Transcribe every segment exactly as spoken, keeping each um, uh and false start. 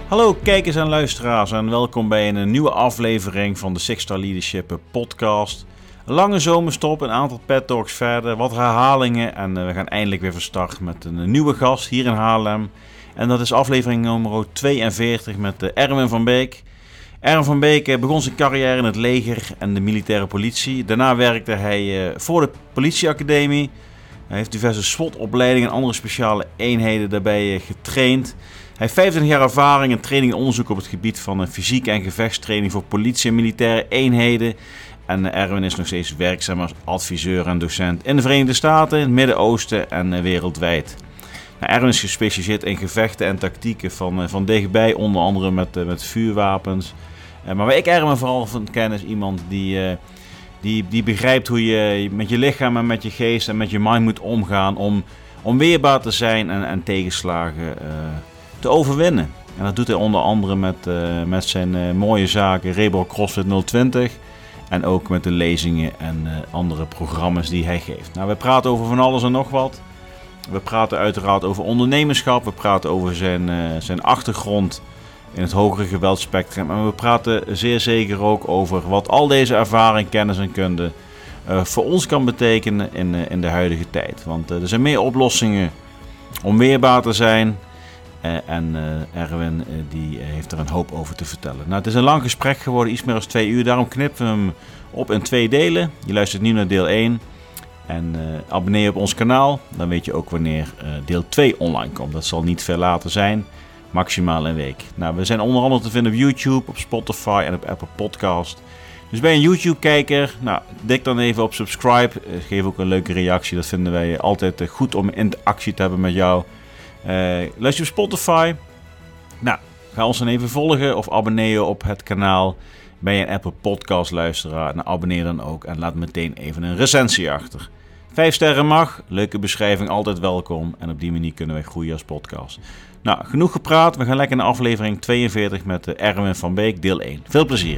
Hallo kijkers en luisteraars en welkom bij een nieuwe aflevering van de Six Star Leadership podcast. Een lange zomerstop, een aantal pet talks verder, wat herhalingen en we gaan eindelijk weer van start met een nieuwe gast hier in Haarlem. En dat is aflevering nummer tweeënveertig met Erwin van Beek. Erwin van Beek begon zijn carrière in het leger en de militaire politie. Daarna werkte hij voor de politieacademie. Hij heeft diverse SWAT-opleidingen en andere speciale eenheden daarbij getraind. Hij heeft vijfentwintig jaar ervaring in training en onderzoek op het gebied van fysiek en gevechtstraining voor politie en militaire eenheden. En Erwin is nog steeds werkzaam als adviseur en docent in de Verenigde Staten, in het Midden-Oosten en wereldwijd. Nou, Erwin is gespecialiseerd in gevechten en tactieken van, van dichtbij, onder andere met, met vuurwapens. Maar waar ik Erwin vooral van ken is iemand die, die, die begrijpt hoe je met je lichaam en met je geest en met je mind moet omgaan om, om weerbaar te zijn en, en tegenslagen uh, te overwinnen. En dat doet hij onder andere met, uh, met zijn uh, mooie zaken Rebel CrossFit nul twintig en ook met de lezingen en uh, andere programma's die hij geeft. Nou, we praten over van alles en nog wat. We praten uiteraard over ondernemerschap, we praten over zijn, uh, zijn achtergrond in het hogere geweldspectrum. En we praten zeer zeker ook over wat al deze ervaring, kennis en kunde uh, voor ons kan betekenen in, uh, in de huidige tijd. Want uh, er zijn meer oplossingen om weerbaar te zijn. Uh, en uh, Erwin uh, die uh, heeft er een hoop over te vertellen. Nou, het is een lang gesprek geworden, iets meer dan twee uur. Daarom knippen we hem op in twee delen. Je luistert nu naar deel één. En uh, abonneer je op ons kanaal. Dan weet je ook wanneer uh, deel twee online komt. Dat zal niet veel later zijn. Maximaal een week. Nou, we zijn onder andere te vinden op YouTube, op Spotify en op Apple Podcast. Dus ben je een YouTube-kijker? Nou, dik dan even op subscribe. Uh, geef ook een leuke reactie. Dat vinden wij altijd uh, goed om interactie te hebben met jou. Uh, luister op Spotify. Nou, ga ons dan even volgen of abonneer je op het kanaal. Ben je een Apple Podcast luisteraar? Nou, abonneer dan ook en laat meteen even een recensie achter. Vijf sterren mag, leuke beschrijving, altijd welkom. En op die manier kunnen wij groeien als podcast. Nou, genoeg gepraat. We gaan lekker naar aflevering tweeënveertig met Erwin van Beek, deel één. Veel plezier.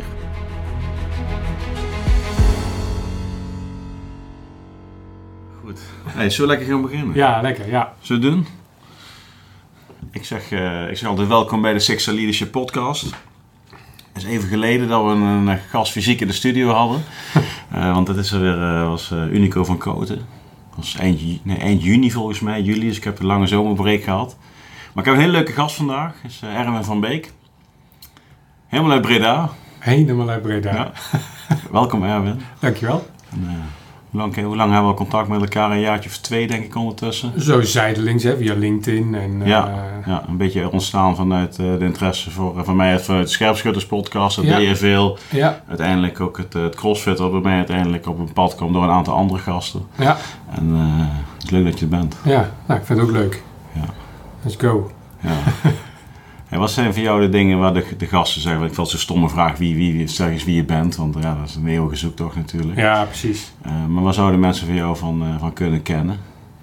Goed. Hey, zullen we lekker gaan beginnen? Ja, lekker, ja. Zullen we doen? Ik zeg, uh, ik zeg altijd welkom bij de Six Star Leadership podcast. Het is even geleden dat we een, een gast fysiek in de studio hadden. uh, want dat is er weer, uh, was uh, Unico van Koten. Dat was eind, nee, eind juni volgens mij, juli. Dus ik heb een lange zomerbreak gehad. Maar ik heb een hele leuke gast vandaag. Dat is uh, Erwin van Beek. Helemaal uit Breda. Helemaal uit Breda. Ja. Welkom Erwin. Dankjewel. En, uh, hoe, lang, hoe lang hebben we contact met elkaar? Een jaartje of twee denk ik ondertussen. Zo zijdelings, hè, via LinkedIn. En, uh, ja, ja, een beetje ontstaan vanuit uh, de interesse voor, uh, van mij vanuit de Scherpschutters podcast. Dat ja. deed je veel. Ja. Uiteindelijk ook het, het CrossFit wat bij mij uiteindelijk op een pad kwam door een aantal andere gasten. Ja. En uh, het is leuk dat je er bent. Ja, nou, ik vind het ook leuk. Ja. Let's go. Ja. En wat zijn voor jou de dingen waar de, de gasten zeggen? Ik vond zo'n stomme vraag, wie, wie, zeg eens wie je bent. Want ja, dat is een eeuwige zoektocht natuurlijk. Ja, precies. Uh, maar waar zouden mensen van jou van, uh, van kunnen kennen?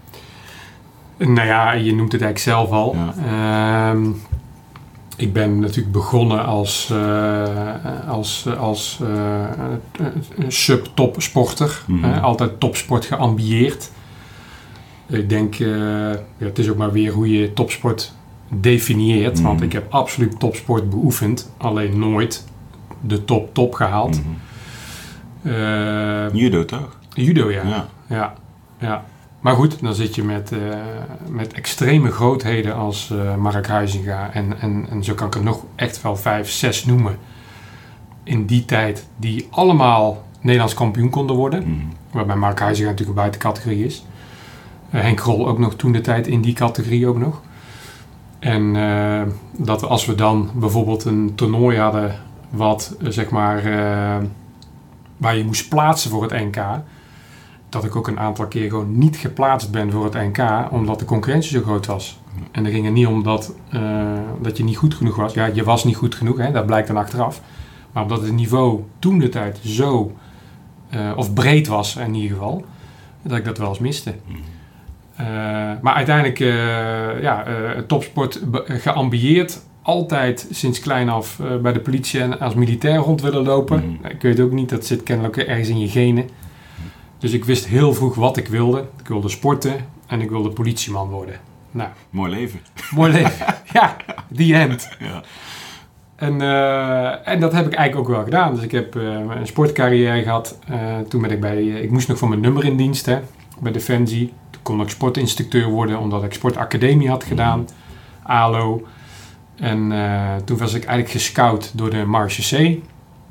Nou ja, je noemt het eigenlijk zelf al. Ja. Uh, ik ben natuurlijk begonnen als, uh, als, als uh, sub-topsporter. Mm-hmm. Uh, altijd topsport geambieerd. Ik denk, uh, ja, het is ook maar weer hoe je topsport definieert. Mm-hmm. Want ik heb absoluut topsport beoefend. Alleen nooit de top-top gehaald. Mm-hmm. Uh, Judo toch? Judo, ja. Ja. ja. ja. Maar goed, dan zit je met, uh, met extreme grootheden als uh, Mark Huizinga. En, en, en zo kan ik er nog echt wel vijf, zes noemen. In die tijd die allemaal Nederlands kampioen konden worden. Mm-hmm. Waarbij Mark Huizinga natuurlijk een buitencategorie is. Uh, Henk Grol ook nog toen de tijd in die categorie ook nog. En uh, dat als we dan bijvoorbeeld een toernooi hadden wat uh, zeg maar uh, waar je moest plaatsen voor het N K, dat ik ook een aantal keer gewoon niet geplaatst ben voor het N K omdat de concurrentie zo groot was. En er ging het niet om dat, uh, dat je niet goed genoeg was. Ja, je was niet goed genoeg, hè, dat blijkt dan achteraf. Maar omdat het niveau toen de tijd zo uh, of breed was in ieder geval, dat ik dat wel eens miste. Uh, maar uiteindelijk uh, ja, uh, topsport be- geambieerd. Altijd sinds klein af uh, bij de politie en als militair rond willen lopen. Mm. Ik weet ook niet, dat zit kennelijk ergens in je genen. Dus ik wist heel vroeg wat ik wilde. Ik wilde sporten en ik wilde politieman worden. Nou, mooi leven. Mooi leven. Ja, the end. Ja. En, uh, en dat heb ik eigenlijk ook wel gedaan. Dus ik heb uh, een sportcarrière gehad. Uh, toen ben ik bij... Uh, ik moest nog voor mijn nummer in dienst, hè, bij Defensie. Toen kon ik sportinstructeur worden, omdat ik sportacademie had gedaan. A L O. En uh, toen was ik eigenlijk gescout door de Marechaussee.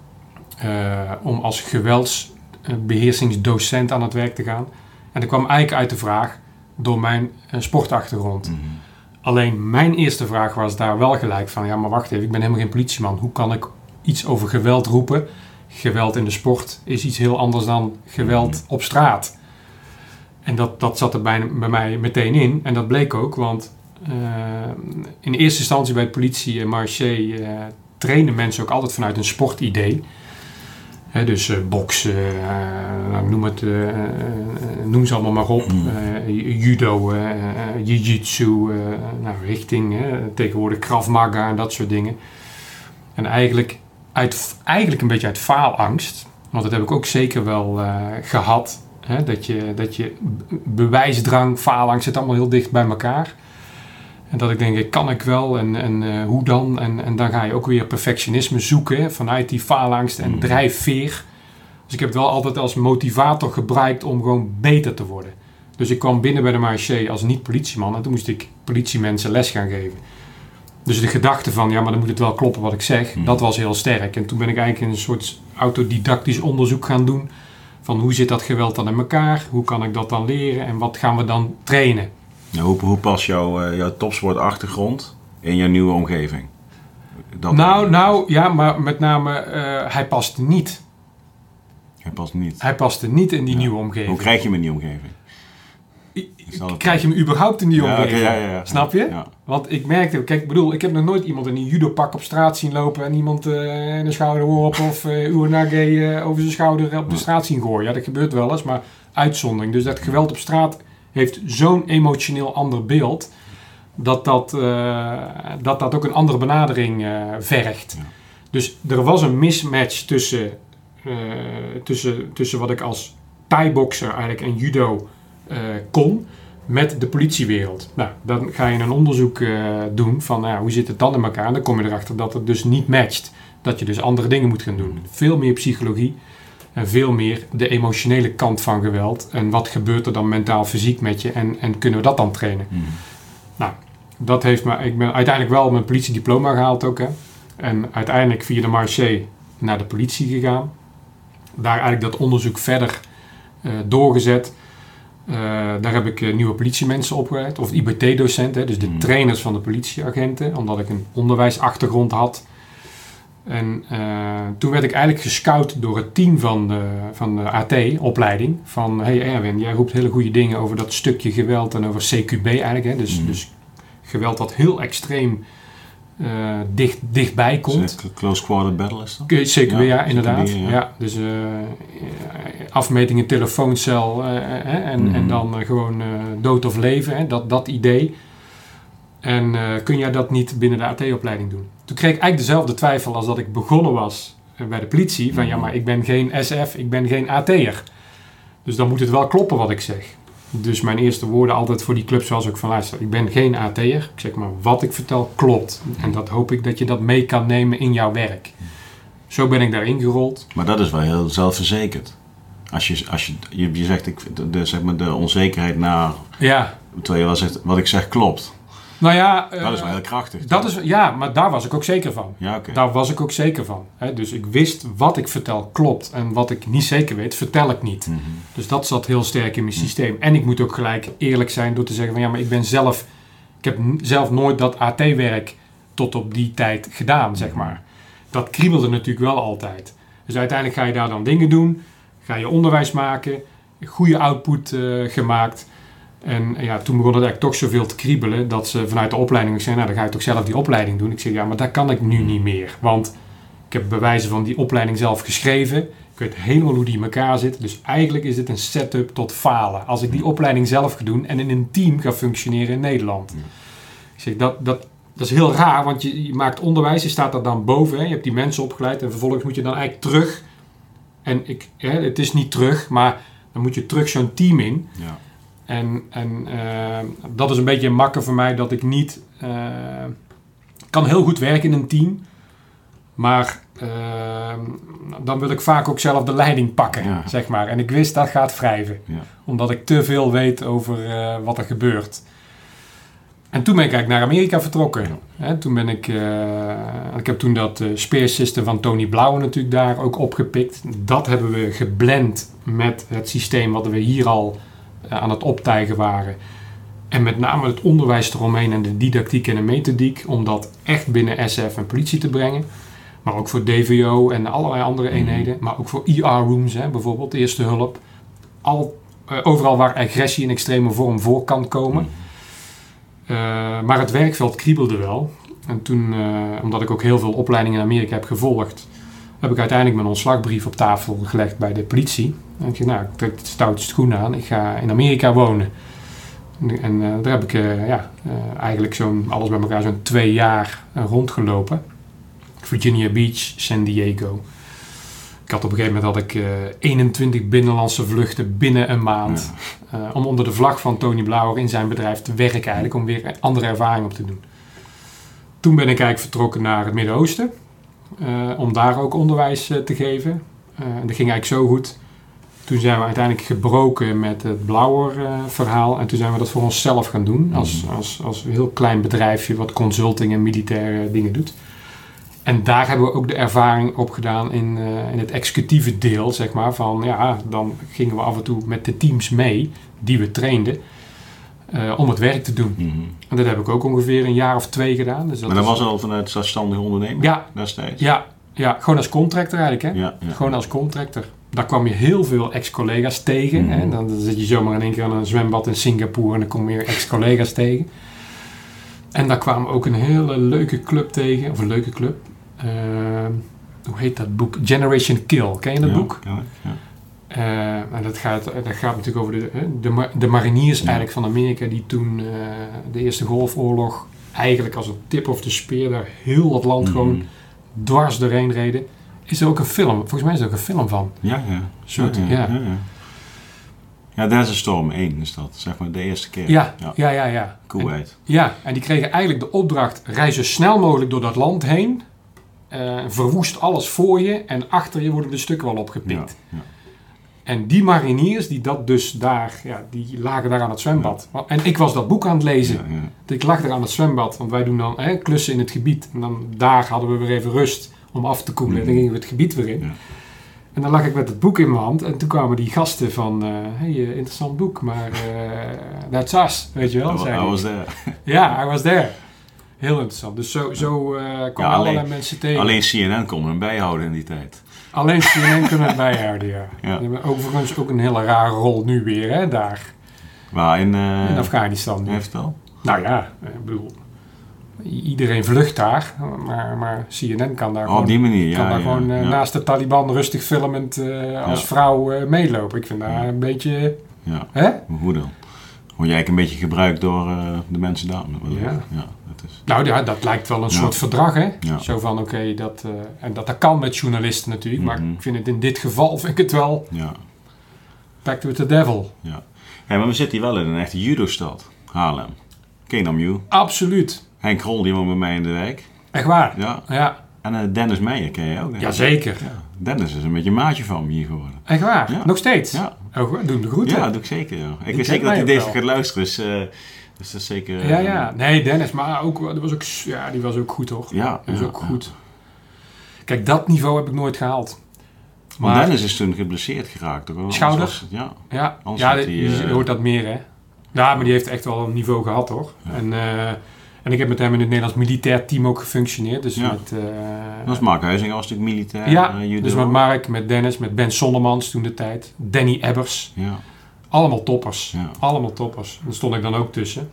Uh, om als geweldsbeheersingsdocent aan het werk te gaan. En dat kwam eigenlijk uit de vraag door mijn uh, sportachtergrond. Mm-hmm. Alleen mijn eerste vraag was daar wel gelijk van... ja, maar wacht even, ik ben helemaal geen politieman. Hoe kan ik iets over geweld roepen? Geweld in de sport is iets heel anders dan geweld mm-hmm. op straat. En dat, dat zat er bij, bij mij meteen in. En dat bleek ook, want uh, in eerste instantie bij de politie en Marché... Uh, trainen mensen ook altijd vanuit een sportidee. He, dus uh, boksen, uh, noem, het, uh, uh, noem ze allemaal maar op. Uh, judo, uh, uh, jiu-jitsu, uh, nou, richting uh, tegenwoordig Krav Maga en dat soort dingen. En eigenlijk, uit, eigenlijk een beetje uit faalangst, want dat heb ik ook zeker wel uh, gehad. Hè, dat, je, dat je bewijsdrang, faalangst zit allemaal heel dicht bij elkaar. En dat ik denk, kan ik wel en, en uh, hoe dan? En, en dan ga je ook weer perfectionisme zoeken hè, vanuit die faalangst en drijfveer. Dus ik heb het wel altijd als motivator gebruikt om gewoon beter te worden. Dus ik kwam binnen bij de Marché als niet-politieman en toen moest ik politiemensen les gaan geven. Dus de gedachte van, ja, maar dan moet het wel kloppen wat ik zeg, mm. dat was heel sterk. En toen ben ik eigenlijk een soort autodidactisch onderzoek gaan doen van hoe zit dat geweld dan in elkaar? Hoe kan ik dat dan leren en wat gaan we dan trainen? Ja, hoe, hoe past jouw, uh, jouw topsportachtergrond in jouw nieuwe omgeving? Dat nou, nou, ja, maar met name, uh, hij past niet. Hij past niet? Hij paste niet in die ja. nieuwe omgeving. Hoe krijg je hem in die omgeving? I, krijg je hem überhaupt in die ja, omgeving? Okay, ja, ja, ja. Snap je? Ja. Want ik merkte, kijk, ik bedoel, ik heb nog nooit iemand in een judopak op straat zien lopen en iemand uh, in de schouderworp of uh, Uenage uh, over zijn schouder op de straat zien gooien. Ja, dat gebeurt wel eens, maar uitzondering. Dus dat geweld op straat heeft zo'n emotioneel ander beeld, dat dat, uh, dat, dat ook een andere benadering uh, vergt. Ja. Dus er was een mismatch tussen, uh, tussen, tussen wat ik als thai-bokser eigenlijk en judo uh, kon, met de politiewereld. Nou, dan ga je een onderzoek uh, doen van uh, hoe zit het dan in elkaar. En dan kom je erachter dat het dus niet matcht. Dat je dus andere dingen moet gaan doen. Veel meer psychologie. En veel meer de emotionele kant van geweld. En wat gebeurt er dan mentaal, fysiek met je? En, en kunnen we dat dan trainen? Mm. Nou, dat heeft me... Ik ben uiteindelijk wel mijn politiediploma gehaald ook. Hè. En uiteindelijk via de Marché naar de politie gegaan. Daar eigenlijk dat onderzoek verder uh, doorgezet. Uh, daar heb ik uh, nieuwe politiemensen opgeleid. Of I B T-docenten. Dus de mm. trainers van de politieagenten. Omdat ik een onderwijsachtergrond had. En uh, toen werd ik eigenlijk gescout door het team van de, van de A T-opleiding. Van, hey Erwin, jij roept hele goede dingen over dat stukje geweld en over C Q B eigenlijk. Hè? Dus, mm. dus geweld dat heel extreem uh, dicht, dichtbij komt. Close quarter battle is dat? C Q B, ja, ja inderdaad. C Q B, ja. Ja, dus uh, afmetingen, telefooncel uh, uh, en, mm. en dan uh, gewoon uh, dood of leven, hè? Dat, dat idee. En uh, kun jij dat niet binnen de A T-opleiding doen? Toen kreeg ik eigenlijk dezelfde twijfel als dat ik begonnen was bij de politie. Van ja, maar ik ben geen S F, ik ben geen A T'er. Dus dan moet het wel kloppen wat ik zeg. Dus mijn eerste woorden altijd voor die clubs was ook van luister, ik ben geen A T'er. Ik zeg maar, wat ik vertel klopt. En dat hoop ik dat je dat mee kan nemen in jouw werk. Zo ben ik daarin gerold. Maar dat is wel heel zelfverzekerd. Als je, als je, je, je zegt, ik, de, de, zeg maar de onzekerheid naar... Ja. Terwijl je wel zegt, wat ik zeg klopt. Nou ja, uh, dat is wel heel krachtig. Dat is, ja, maar daar was ik ook zeker van. Ja, okay. Daar was ik ook zeker van. Hè? Dus ik wist wat ik vertel klopt. En wat ik niet zeker weet, vertel ik niet. Mm-hmm. Dus dat zat heel sterk in mijn mm-hmm. systeem. En ik moet ook gelijk eerlijk zijn door te zeggen van ja, maar ik ben zelf... Ik heb zelf nooit dat A T-werk tot op die tijd gedaan, zeg maar. Dat kriebelde natuurlijk wel altijd. Dus uiteindelijk ga je daar dan dingen doen. Ga je onderwijs maken. Goede output uh, gemaakt. En ja, toen begon het eigenlijk toch zoveel te kriebelen dat ze vanuit de opleiding zeiden, nou dan ga je toch zelf die opleiding doen. Ik zeg ja, maar dat kan ik nu niet meer. Want ik heb bewijzen van die opleiding zelf geschreven. Ik weet helemaal hoe die in elkaar zit. Dus eigenlijk is dit een setup tot falen. Als ik die opleiding zelf ga doen en in een team ga functioneren in Nederland. Ik zeg dat, dat, dat is heel raar, want je, je maakt onderwijs, je staat daar dan boven. Hè, je hebt die mensen opgeleid en vervolgens moet je dan eigenlijk terug. En ik, hè, het is niet terug, maar dan moet je terug zo'n team in. Ja. En, en uh, dat is een beetje een makker voor mij dat ik niet... Uh, kan heel goed werken in een team. Maar uh, dan wil ik vaak ook zelf de leiding pakken, ja. zeg maar. En ik wist dat gaat wrijven. Ja. Omdat ik te veel weet over uh, wat er gebeurt. En toen ben ik eigenlijk naar Amerika vertrokken. Ja. He, toen ben ik... Uh, ik heb toen dat uh, Spear System van Tony Blauer natuurlijk daar ook opgepikt. Dat hebben we geblend met het systeem wat we hier al uh, aan het optijgen waren. En met name het onderwijs eromheen en de didactiek en de methodiek. Om dat echt binnen S F en politie te brengen. Maar ook voor D V O en allerlei andere eenheden. Maar ook voor E R-rooms, hè, bijvoorbeeld, eerste hulp. Al, uh, overal waar agressie in extreme vorm voor kan komen. Uh, maar het werkveld kriebelde wel. En toen, uh, omdat ik ook heel veel opleidingen in Amerika heb gevolgd... heb ik uiteindelijk mijn ontslagbrief op tafel gelegd bij de politie. En ik zei, nou, ik trek de stoute schoenen aan. Ik ga in Amerika wonen. En, en uh, daar heb ik uh, ja, uh, eigenlijk zo'n, alles bij elkaar zo'n twee jaar uh, rondgelopen. Virginia Beach, San Diego. Ik had op een gegeven moment had ik uh, eenentwintig binnenlandse vluchten binnen een maand. Ja. Uh, om onder de vlag van Tony Blauer in zijn bedrijf te werken eigenlijk. Om weer andere ervaring op te doen. Toen ben ik eigenlijk vertrokken naar het Midden-Oosten. Uh, om daar ook onderwijs uh, te geven. Uh, en dat ging eigenlijk zo goed. Toen zijn we uiteindelijk gebroken met het Blauer uh, verhaal. En toen zijn we dat voor onszelf gaan doen. Als, als, als een heel klein bedrijfje wat consulting en militaire dingen doet. En daar hebben we ook de ervaring opgedaan in, uh, in het executieve deel, zeg maar. Van ja, dan gingen we af en toe met de teams mee die we trainden uh, om het werk te doen. Mm-hmm. En dat heb ik ook ongeveer een jaar of twee gedaan. Dus dat maar dat is, was al vanuit zelfstandig ondernemer ja, destijds? Ja, ja, gewoon als contractor eigenlijk. Hè? Ja, ja, gewoon ja. als contractor. Daar kwam je heel veel ex-collega's tegen. Mm-hmm. Hè? Dan, dan zit je zomaar in één keer aan een zwembad in Singapore en dan kom je ex-collega's tegen. En daar kwam ook een hele leuke club tegen, of een leuke club. Uh, hoe heet dat boek? Generation Kill. Ken je dat ja, boek? Ja, ja. Uh, en dat gaat, dat gaat natuurlijk over de, de, de mariniers ja. eigenlijk van Amerika die toen uh, de Eerste Golfoorlog eigenlijk als een tip of the spear daar heel dat land mm-hmm. gewoon dwars doorheen reden. Is er ook een film? Volgens mij is er ook een film van. Ja, ja. Soort, ja, ja. ja. ja, ja. Ja, Desert Storm één is dat, zeg maar de eerste keer. Ja, ja, ja. ja, ja. Kuwait. En, ja, en die kregen eigenlijk de opdracht, rij zo snel mogelijk door dat land heen. Uh, verwoest alles voor je en achter je worden de stukken wel opgepikt. Ja, ja. En die mariniers die dat dus daar, ja, die lagen daar aan het zwembad. Ja. En ik was dat boek aan het lezen. Ja, ja. Ik lag daar aan het zwembad, want wij doen dan hè, klussen in het gebied. En dan daar hadden we weer even rust om af te koelen. Mm. En dan gingen we het gebied weer in. Ja. En dan lag ik met het boek in mijn hand en toen kwamen die gasten van, uh, hey, uh, interessant boek, maar uh, that's us, weet je wel. I, I was there. Ja, I was there. Heel interessant. Dus zo, zo uh, kwamen ja, allerlei mensen tegen. Alleen C N N kon hem bijhouden in die tijd. Alleen C N N kunnen het bijhouden, ja. ja. Die hebben overigens ook een hele rare rol nu weer, hè, daar. Waar, in, uh, in Afghanistan. Heeft het al? Nou ja, ik bedoel, iedereen vlucht daar, maar, maar C N N kan daar oh, gewoon, op die manier, kan ja, daar ja, gewoon uh, ja. naast de Taliban rustig filmend uh, als ja. vrouw uh, meelopen. Ik vind daar ja. een beetje... Ja, hè? Hoe dan? Word jij eigenlijk een beetje gebruikt door uh, de mensen daar? Ja. Ja, dat is... Nou ja, dat lijkt wel een ja. soort verdrag, hè? Ja. Zo van, oké, okay, dat... Uh, en dat, dat kan met journalisten natuurlijk, mm-hmm. maar ik vind het in dit geval, vind ik het wel... Ja. Back to the devil. Ja. Ja, maar we zitten hier wel in een echte judo-stad, Haarlem. Ken je dan, Mew? Absoluut. Henk Grol, die woont bij mij in de wijk. Echt waar? Ja. ja. En uh, Dennis Meijer ken je ook, hè? Jazeker. Ja. Dennis is een beetje een maatje van me hier geworden. Echt waar? Ja. Nog steeds? Ja. Oh, doe hem de groeten. Ja, dat doe ik zeker, ja. Ik weet zeker dat hij deze gaat luisteren, dus, uh, dus dat is zeker... Uh, ja, ja. Nee, Dennis, maar ook, die, was ook, ja, die was ook goed, hoor. Ja. Die was ja, ook goed. Ja. Kijk, dat niveau heb ik nooit gehaald. Maar Want Dennis is toen geblesseerd geraakt, toch? Schouder? Was, ja. Ja, ja die, die, je uh, hoort dat meer, hè. Ja, maar die heeft echt wel een niveau gehad, hoor. Ja. En... Uh, En ik heb met hem in het Nederlands militair team ook gefunctioneerd. Dus ja. met, uh, dat is Mark Huizinga was natuurlijk militair. Ja, uh, dus met Mark, met Dennis, met Ben Sonnemans toen de tijd. Danny Ebbers. Ja. Allemaal toppers. Ja. Allemaal toppers. Daar stond ik dan ook tussen.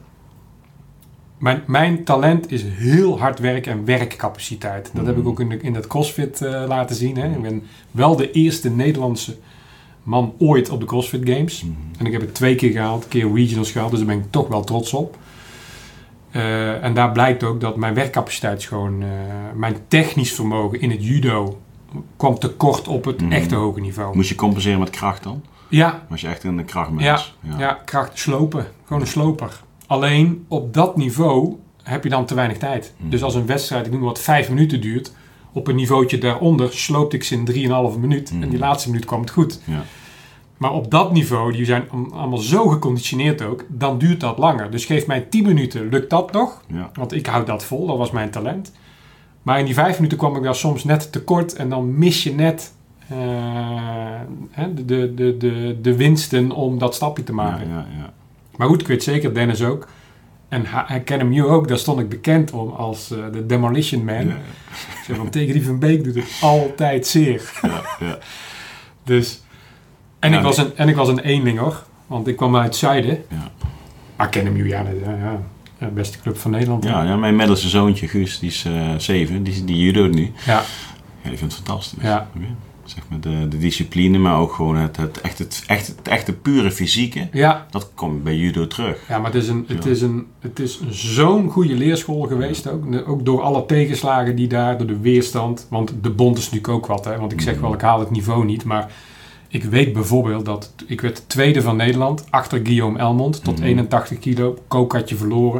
Mijn, mijn talent is heel hard werken en werkcapaciteit. Dat mm-hmm. heb ik ook in, de, in dat CrossFit uh, laten zien. Hè. Ik ben wel de eerste Nederlandse man ooit op de CrossFit Games. Mm-hmm. En ik heb het twee keer gehaald. Een keer regionals gehaald. Dus daar ben ik toch wel trots op. Uh, en daar blijkt ook dat mijn werkcapaciteit is gewoon... Uh, mijn technisch vermogen in het judo kwam tekort op het mm. echte hoge niveau. Moest je compenseren met kracht dan? Ja. Was je echt een krachtmens. Ja, ja. ja, kracht slopen. Gewoon een sloper. Alleen op dat niveau heb je dan te weinig tijd. Mm. Dus als een wedstrijd, ik noem maar wat, vijf minuten duurt, op een niveautje daaronder sloopte ik ze in drieënhalve minuut. Mm. En die laatste minuut kwam het goed. Ja. Maar op dat niveau, die zijn allemaal zo geconditioneerd ook, dan duurt dat langer. Dus geef mij tien minuten, lukt dat nog? Ja. Want ik houd dat vol, dat was mijn talent. Maar in die vijf minuten kwam ik daar soms net tekort en dan mis je net uh, de, de, de, de, de winsten om dat stapje te maken. Ja, ja, ja. Maar goed, ik weet zeker, Dennis ook. En I ken hem you ook, daar stond ik bekend om als uh, de Demolition Man. Ja, ja. Zeg, want tegen die Van Beek doet het altijd zeer. Ja, ja. Dus, en, ja, ik was een, en ik was een eenling hoor, want ik kwam uit het zuiden. Ja. Maar I ken hem you, ja, ja, ja. De beste club van Nederland. Ja, ja, mijn middelste zoontje, Guus, die is uh, zeven, die, die judo't nu. Ja. Ja, die vindt het fantastisch. Ja. Zeg maar de, de discipline, maar ook gewoon het, het, echt, het, echt, het echte pure fysieke. Ja. Dat komt bij judo terug. Ja, maar het is, een, het is, een, het is zo'n goede leerschool geweest ja. ook. Ook door alle tegenslagen die daar, door de weerstand. Want de bond is natuurlijk ook wat, hè. Want ik zeg wel, ik haal het niveau niet, maar ik weet bijvoorbeeld dat ik werd tweede van Nederland achter Guillaume Elmond tot mm-hmm. eenentachtig kilo. Kook had je verloren.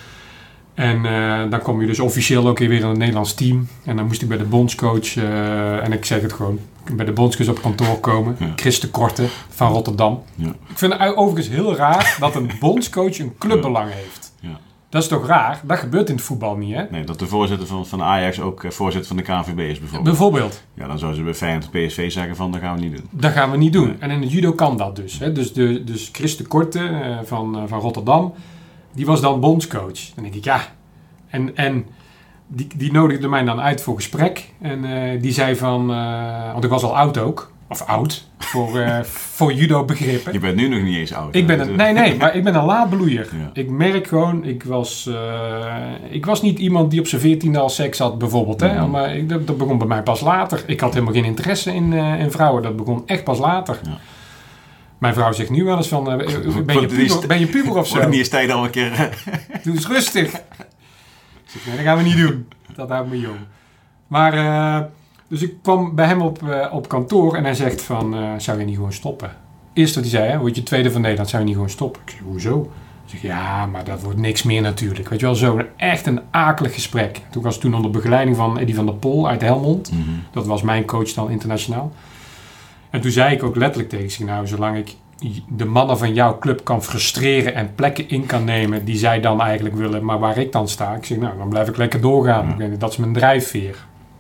En uh, dan kom je dus officieel ook weer in het Nederlands team. En dan moest ik bij de bondscoach, uh, en ik zeg het gewoon, bij de bondscoach op kantoor komen. Ja. Chris de Korte van Rotterdam. Ja. Ik vind het overigens heel raar dat een bondscoach een clubbelang ja. heeft. Ja. Dat is toch raar? Dat gebeurt in het voetbal niet, hè? Nee, dat de voorzitter van, van Ajax ook uh, voorzitter van de K N V B is bijvoorbeeld. Bijvoorbeeld. Ja, dan zouden ze bij Feyenoord of P S V zeggen van, dat gaan we niet doen. Dat gaan we niet doen. Nee. En in het judo kan dat dus. Hè? Dus, de, dus Chris de Korte uh, van, uh, van Rotterdam, die was dan bondscoach. Dan denk ik, ja... En, en die, die nodigde mij dan uit voor gesprek. En uh, die zei van... Uh, want ik was al oud ook. Of oud. Voor, uh, voor judo begrippen. Je bent nu nog niet eens oud. Ik ben een, nee, nee. Maar ik ben een laadbloeier. Ja. Ik merk gewoon... Ik was, uh, ik was niet iemand die op zijn veertiende al seks had bijvoorbeeld. Hè? Mm. Maar ik, dat, dat begon bij mij pas later. Ik had helemaal geen interesse in, uh, in vrouwen. Dat begon echt pas later. Ja. Mijn vrouw zegt nu wel eens van... Uh, ben, je puber, ben je puber of zo? Wordt niet eens tijd al een keer... Doe eens rustig. Nee, dat gaan we niet doen. Dat houdt me jong. Maar, uh, dus ik kwam bij hem op, uh, op kantoor en hij zegt van, uh, zou je niet gewoon stoppen? Eerst wat hij zei, hè, word je tweede van Nederland, zou je niet gewoon stoppen? Ik zeg, hoezo? Ik zeg, ja, maar dat wordt niks meer natuurlijk. Weet je wel, zo echt een akelig gesprek. Toen was toen onder begeleiding van Eddie van der Pol uit Helmond. Mm-hmm. Dat was mijn coach dan internationaal. En toen zei ik ook letterlijk tegen zich, nou, zolang ik de mannen van jouw club kan frustreren en plekken in kan nemen die zij dan eigenlijk willen, maar waar ik dan sta. Ik zeg, nou, dan blijf ik lekker doorgaan. Ja. Dat is mijn drijfveer.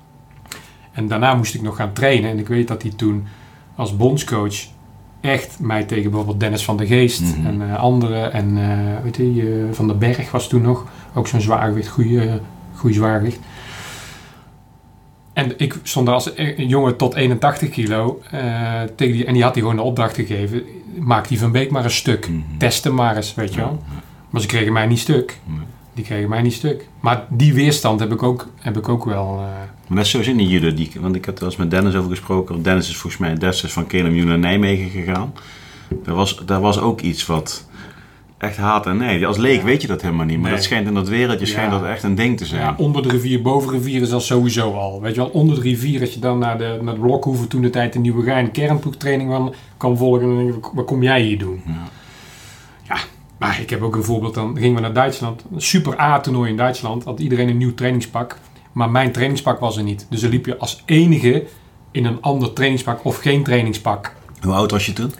En daarna moest ik nog gaan trainen. En ik weet dat hij toen als bondscoach echt mij tegen bijvoorbeeld Dennis van der Geest mm-hmm. en uh, anderen. En uh, weet je, uh, Van den Berg was toen nog. Ook zo'n zwaargewicht, goede uh, zwaargewicht. En ik stond er als een jongen tot eenentachtig kilo. Uh, tegen die, en die had hij gewoon de opdracht gegeven. Maak die Van Beek maar een stuk. Mm-hmm. Test hem maar eens, weet je wel. Ja, ja. Maar ze kregen mij niet stuk. Nee. Die kregen mij niet stuk. Maar die weerstand heb ik ook, heb ik ook wel... Uh... Maar dat is sowieso niet judo. Die, want ik had er eens met Dennis over gesproken. Dennis is volgens mij destijds van K N M U naar Nijmegen gegaan. Daar was, daar was ook iets wat... Echt haat en nee. Als leek ja. weet je dat helemaal niet. Maar nee. dat schijnt in dat wereldje ja. schijnt dat echt een ding te zijn. Ja, onder de rivier, boven de rivier is dat sowieso al. Weet je wel, onder de rivier, als je dan naar de, naar de Blokhoeven toen de tijd in Nieuwegein kernploegtraining van kan volgen, dan denk ik, wat kom jij hier doen? Ja. ja, maar ik heb ook een voorbeeld. Dan gingen we naar Duitsland. Een super A-toernooi in Duitsland. Had iedereen een nieuw trainingspak. Maar mijn trainingspak was er niet. Dus dan liep je als enige in een ander trainingspak of geen trainingspak. Hoe oud was je toen?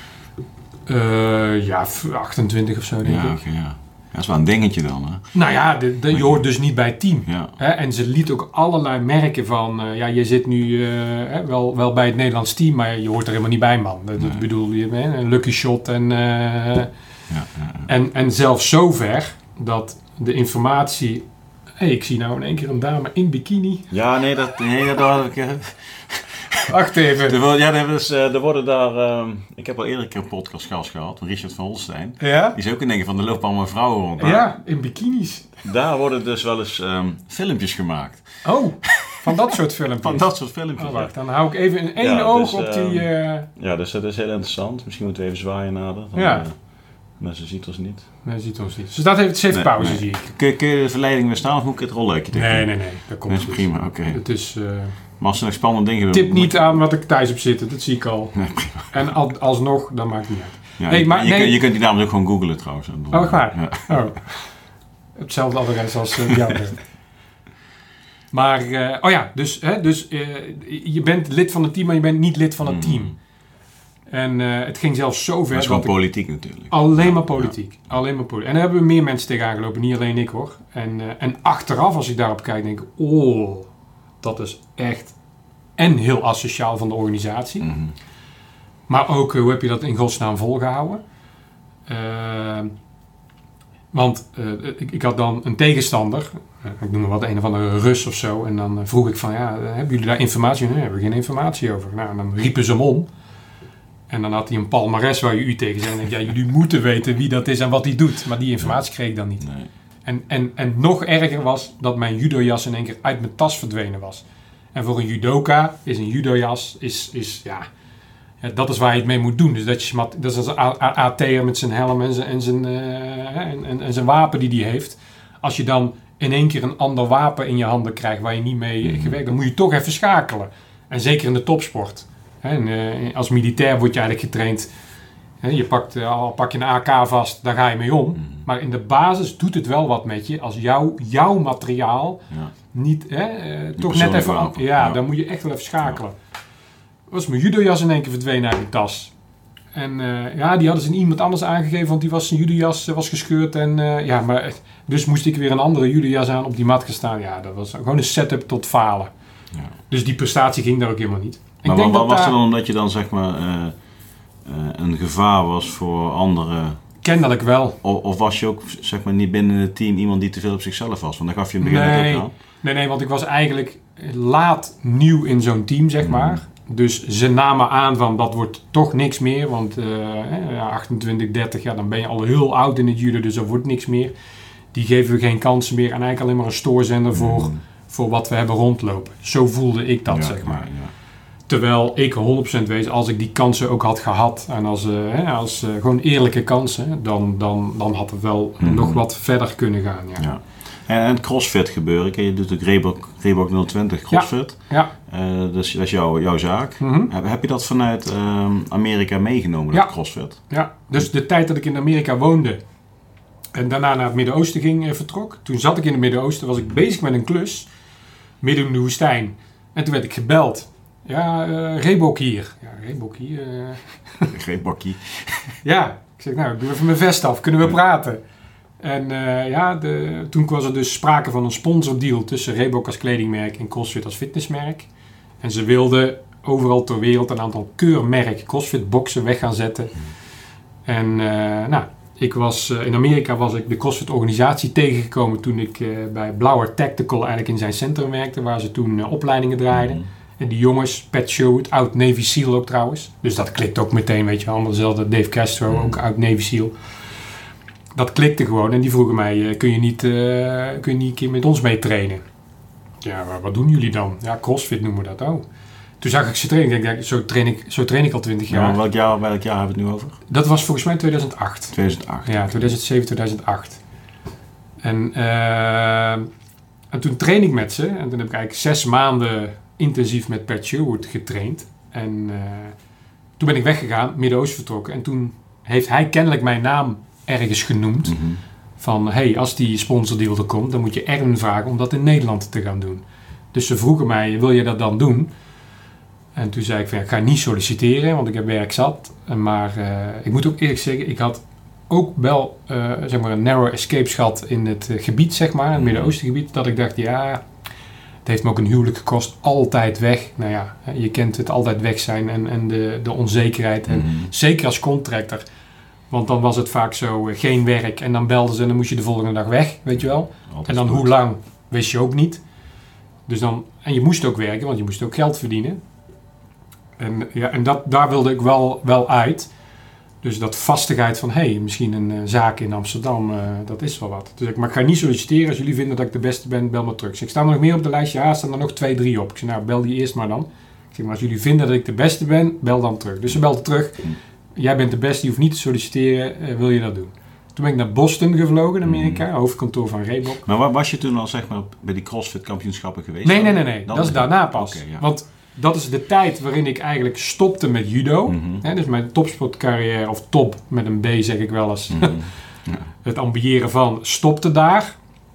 Uh, ja, achtentwintig of zo denk ja, ik. Okay, ja. Dat is wel een dingetje dan, hè? Nou ja, de, de, je hoort dus niet bij het team. Ja. Hè? En ze liet ook allerlei merken van... Uh, ja, je zit nu uh, hè, wel, wel bij het Nederlands team, maar je hoort er helemaal niet bij, man. Dat, nee. dat bedoel je, hè? Een lucky shot en... Uh, ja, ja, ja. En, en zelfs zover dat de informatie... Hé, hey, ik zie nou in één keer een dame in bikini. Ja, nee, dat, nee, dat had ik... Uh... Wacht even. Er, ja, er, is, er worden daar... Um, ik heb al eerder een keer een podcast gehad van Richard van Holstein. Ja? Die is ook in denken van, er lopen allemaal vrouwen rond. Ja, in bikinis. Daar worden dus wel eens um, filmpjes gemaakt. Oh, van dat soort filmpjes? Van dat soort filmpjes, oh, wacht, dan hou ik even in één ja, oog dus, op die... Uh... Ja, dus dat is heel interessant. Misschien moeten we even zwaaien nader. Dan, ja. Uh, maar ze ziet ons niet. Nee, ze ziet ons niet. Dus dat heeft even nee, pauze, nee. zie ik. Kun je, kun je de verleiding weer staan of moet ik het rolluikje tegen? Nee, nee, nee. Dat komt nee, is prima, oké. Okay. Het is... Uh... Maar als er nog spannende dingen... Tip niet aan wat ik thuis heb zitten, dat zie ik al. Nee, prima. En al, alsnog, dat maakt niet uit. Ja, nee, maar, je, nee. Kunt, je kunt die namelijk ook gewoon googlen trouwens. Oh, echt waar? Ja. Oh. Hetzelfde adres als uh, jou. Maar, uh, oh ja, dus, hè, dus uh, je bent lid van het team, maar je bent niet lid van het mm. team. En uh, het ging zelfs zo ver... Dat is gewoon politiek natuurlijk. Alleen maar politiek. Ja. Alleen maar politiek. En daar hebben we meer mensen tegen aangelopen, niet alleen ik hoor. En, uh, en achteraf, als ik daarop kijk, denk ik... Oh, dat is echt... En heel asociaal van de organisatie. Mm-hmm. Maar ook, uh, hoe heb je dat in godsnaam volgehouden? Uh, want uh, ik, ik had dan een tegenstander... Uh, ik noem maar wat, een of andere Rus of zo. En dan uh, vroeg ik van, ja, uh, hebben jullie daar informatie over? Nee, hebben we geen informatie over. Nou, en dan riepen ze hem om. En dan had hij een palmares waar je u tegen zei. En dan denk ik, ja, jullie moeten weten wie dat is en wat hij doet. Maar die informatie kreeg ik dan niet. Nee. En, en, en nog erger was dat mijn judojas in één keer uit mijn tas verdwenen was. En voor een judoka is een judojas, is, is, ja, ja, dat is waar je het mee moet doen. Dus dat, je, dat is als een A T'er met zijn helm en zijn, en, zijn, uh, en, en, en zijn wapen die hij heeft. Als je dan in één keer een ander wapen in je handen krijgt waar je niet mee mm-hmm. gewerkt, dan moet je toch even schakelen. En zeker in de topsport. En, uh, als militair word je eigenlijk getraind. Hè, je pakt, uh, al pak je een A K vast, daar ga je mee om. Mm. Maar in de basis doet het wel wat met je als jouw, jouw materiaal ja. niet, hè, uh, toch net even... Ja, ja, dan moet je echt wel even schakelen. Ja. Was mijn judojas in één keer verdwenen uit mijn tas. En uh, ja, die hadden ze iemand anders aangegeven, want die was zijn judojas uh, was gescheurd. En, uh, ja, maar, dus moest ik weer een andere judojas aan op die mat gaan staan. Ja, dat was gewoon een setup tot falen. Ja. Dus die prestatie ging daar ook helemaal niet. Maar wat was daar... het dan omdat je dan zeg maar uh, uh, een gevaar was voor anderen? Kennelijk wel. Of, of was je ook zeg maar niet binnen het team iemand die te veel op zichzelf was? Want dan gaf je in het begin nee, net ook aan. Nee, nee, want ik was eigenlijk laat nieuw in zo'n team, zeg maar. Mm. Dus ze namen aan van dat wordt toch niks meer. Want uh, achtentwintig, dertig jaar, dan ben je al heel oud in het judo, dus er wordt niks meer. Die geven we geen kansen meer en eigenlijk alleen maar een stoorzender voor, mm. voor wat we hebben rondlopen. Zo voelde ik dat, ja, zeg maar. Ja, ja. Terwijl ik honderd procent weet, als ik die kansen ook had gehad en als, uh, hè, als uh, gewoon eerlijke kansen, dan, dan, dan had het wel mm-hmm. nog wat verder kunnen gaan. Ja. Ja. En, en het crossfit gebeuren, je doet ook Reebok, Reebok nul twintig crossfit, ja. Ja. Uh, dus dat is jouw, jouw zaak. Mm-hmm. Heb, heb je dat vanuit uh, Amerika meegenomen, ja. dat crossfit? Ja, dus de tijd dat ik in Amerika woonde en daarna naar het Midden-Oosten ging, uh, vertrok, toen zat ik in het Midden-Oosten, was ik bezig met een klus, midden in de woestijn. En toen werd ik gebeld. Ja, uh, Reebok hier. Ja, Reebok hier. Uh... Reebokkie. Ja, ik zeg nou, ik doe even mijn vest af. Kunnen we ja. praten? En uh, ja, de, toen was er dus sprake van een sponsordeal tussen Reebok als kledingmerk en CrossFit als fitnessmerk. En ze wilden overal ter wereld een aantal keurmerk CrossFit boxen weg gaan zetten. En uh, nou, ik was, uh, in Amerika was ik de CrossFit organisatie tegengekomen toen ik uh, bij Blauer Tactical eigenlijk in zijn centrum werkte, waar ze toen uh, opleidingen draaiden. Mm-hmm. En die jongens, Pat Sherwood, oud Navy SEAL ook trouwens. Dus dat klikt ook meteen, weet je, allemaal dezelfde. Dave Castro, mm. ook oud Navy SEAL. Dat klikte gewoon en die vroegen mij, kun je niet, uh, kun je niet een keer met ons mee trainen? Ja, maar wat doen jullie dan? Ja, CrossFit noemen we dat. Oh. Toen zag ik ze trainen. Ik denk, zo train ik, zo train ik al twintig jaar. Ja, welk jaar, welk jaar hebben we het nu over? Dat was volgens mij tweeduizend acht. tweeduizend acht. Ja, tweeduizend zeven, tweeduizend acht. En, uh, en toen train ik met ze. En toen heb ik eigenlijk zes maanden intensief met Pat Sherwood getraind. En uh, toen ben ik weggegaan, Midden-Oosten vertrokken. En toen heeft hij kennelijk mijn naam ergens genoemd. Mm-hmm. Van, hey, als die sponsordeal er komt, dan moet je Erwin vragen om dat in Nederland te gaan doen. Dus ze vroegen mij, wil je dat dan doen? En toen zei ik van, ja, ik ga niet solliciteren, want ik heb werk zat. Maar uh, ik moet ook eerlijk zeggen, ik had ook wel uh, zeg maar een narrow escape gehad in het uh, gebied, zeg maar, het Midden-Oosten gebied. Dat ik dacht, ja, het heeft me ook een huwelijk gekost, altijd weg. Nou ja, je kent het, altijd weg zijn en, en de, de onzekerheid. En mm-hmm. zeker als contractor. Want dan was het vaak zo, uh, geen werk. En dan belden ze en dan moest je de volgende dag weg, weet je wel. Altijd en dan goed. Hoe lang, wist je ook niet. Dus dan, en je moest ook werken, want je moest ook geld verdienen. En, ja, en dat, daar wilde ik wel, wel uit. Dus dat vastigheid van, hé, hey, misschien een uh, zaak in Amsterdam, uh, dat is wel wat. Dus ik, maar ik ga niet solliciteren. Als jullie vinden dat ik de beste ben, bel me terug. Dus ik sta er nog meer op de lijst. Ja, er staan er nog twee, drie op. Ik zeg, nou, bel die eerst maar dan. Ik zeg, maar als jullie vinden dat ik de beste ben, bel dan terug. Dus ze belde terug. Jij bent de beste, je hoeft niet te solliciteren. Uh, wil je dat doen? Toen ben ik naar Boston gevlogen, in Amerika, mm. hoofdkantoor van Reebok. Maar waar was je toen al zeg maar bij die CrossFit kampioenschappen geweest? Nee, nee, nee, nee. Dat is daarna pas. Okay, ja. Want dat is de tijd waarin ik eigenlijk stopte met judo. Mm-hmm. Hè, dus mijn topsportcarrière, of top met een B zeg ik wel eens. Mm-hmm. Ja. Het ambiëren van stopte daar.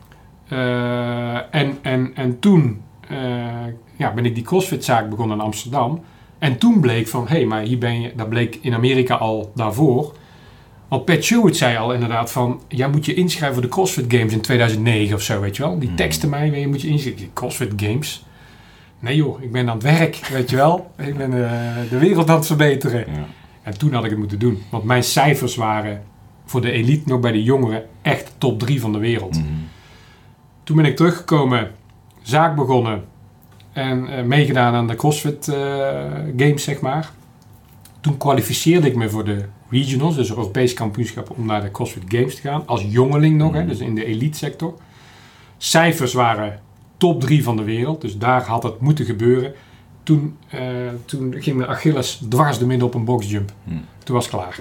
Uh, en, en, en toen uh, ja, ben ik die CrossFit-zaak begonnen in Amsterdam. En toen bleek van, hé, hey, maar hier ben je, dat bleek in Amerika al daarvoor. Want Pat Stewart zei al inderdaad van, jij moet je inschrijven voor de CrossFit Games in tweeduizend negen of zo, weet je wel. Die teksten mij, je moet je inschrijven. CrossFit Games? Nee joh, ik ben aan het werk, weet je wel. Ik ben uh, de wereld aan het verbeteren. Ja. En toen had ik het moeten doen. Want mijn cijfers waren voor de elite, nog bij de jongeren, echt top drie van de wereld. Mm-hmm. Toen ben ik teruggekomen, zaak begonnen en uh, meegedaan aan de CrossFit uh, Games, zeg maar. Toen kwalificeerde ik me voor de regionals, dus Europese kampioenschappen, om naar de CrossFit Games te gaan. Als jongeling nog, mm-hmm. hè, dus in de elite sector. Cijfers waren top drie van de wereld, dus daar had het moeten gebeuren. Toen, uh, toen ging mijn Achilles dwars de midden op een boxjump. Mm. Toen was het klaar.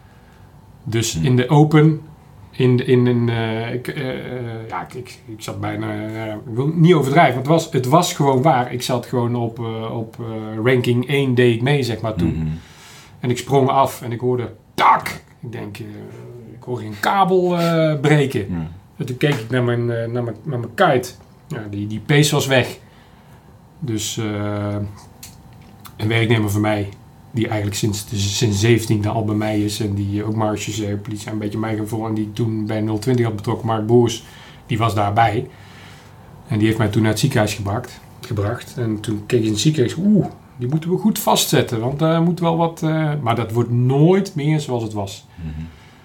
Dus mm. in de open, in, in, in uh, ik, uh, ja, ik, ik, ik zat bijna, uh, ik wil niet overdrijven, want het was, het was gewoon waar. Ik zat gewoon op, uh, op uh, ranking één, deed ik mee, zeg maar, toen. Mm-hmm. En ik sprong af en ik hoorde, tak! Ik denk, uh, ik hoorde een kabel uh, breken. Mm. En toen keek ik naar mijn, uh, naar mijn, naar mijn kite. Ja, die, die pace was weg. Dus uh, een werknemer van mij, die eigenlijk sinds, dus sinds zeventien al bij mij is en die ook marges, uh, politie een beetje mij gevolgd en die toen bij nul twintig had betrokken, Mark Boers, die was daarbij. En die heeft mij toen naar het ziekenhuis gebracht. gebracht. En toen keek ik in het ziekenhuis, oeh, die moeten we goed vastzetten, want daar uh, moet wel wat, uh, maar dat wordt nooit meer zoals het was. Mm-hmm.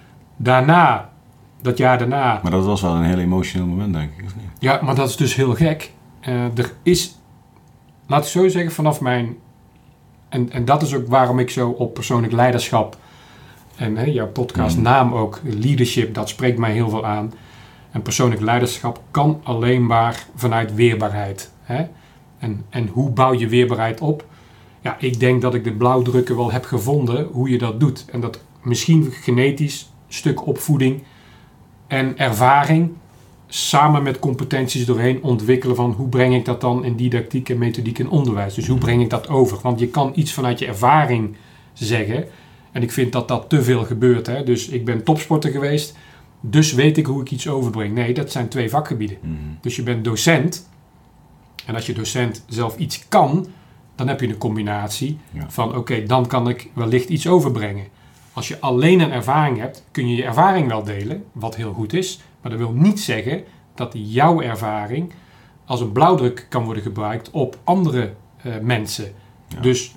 Daarna, dat jaar daarna... Maar dat was wel een heel emotioneel moment, denk ik, of niet? Ja, maar dat is dus heel gek. Uh, er is, laat ik zo zeggen, vanaf mijn... En, en dat is ook waarom ik zo op persoonlijk leiderschap... En hè, jouw podcast mm. naam ook, leadership, dat spreekt mij heel veel aan. En persoonlijk leiderschap kan alleen maar vanuit weerbaarheid. Hè? En, en hoe bouw je weerbaarheid op? Ja, ik denk dat ik de blauwdrukken wel heb gevonden hoe je dat doet. En dat misschien genetisch, stuk opvoeding en ervaring... samen met competenties doorheen ontwikkelen van hoe breng ik dat dan in didactiek en methodiek en onderwijs. Dus hoe breng ik dat over? Want je kan iets vanuit je ervaring zeggen. En ik vind dat dat te veel gebeurt. Hè? Dus ik ben topsporter geweest, dus weet ik hoe ik iets overbreng. Nee, dat zijn twee vakgebieden. Mm-hmm. Dus je bent docent. En als je docent zelf iets kan, dan heb je een combinatie ja. van oké, okay, dan kan ik wellicht iets overbrengen. Als je alleen een ervaring hebt, kun je je ervaring wel delen, wat heel goed is. Maar dat wil niet zeggen dat jouw ervaring als een blauwdruk kan worden gebruikt op andere uh, mensen. Ja. Dus,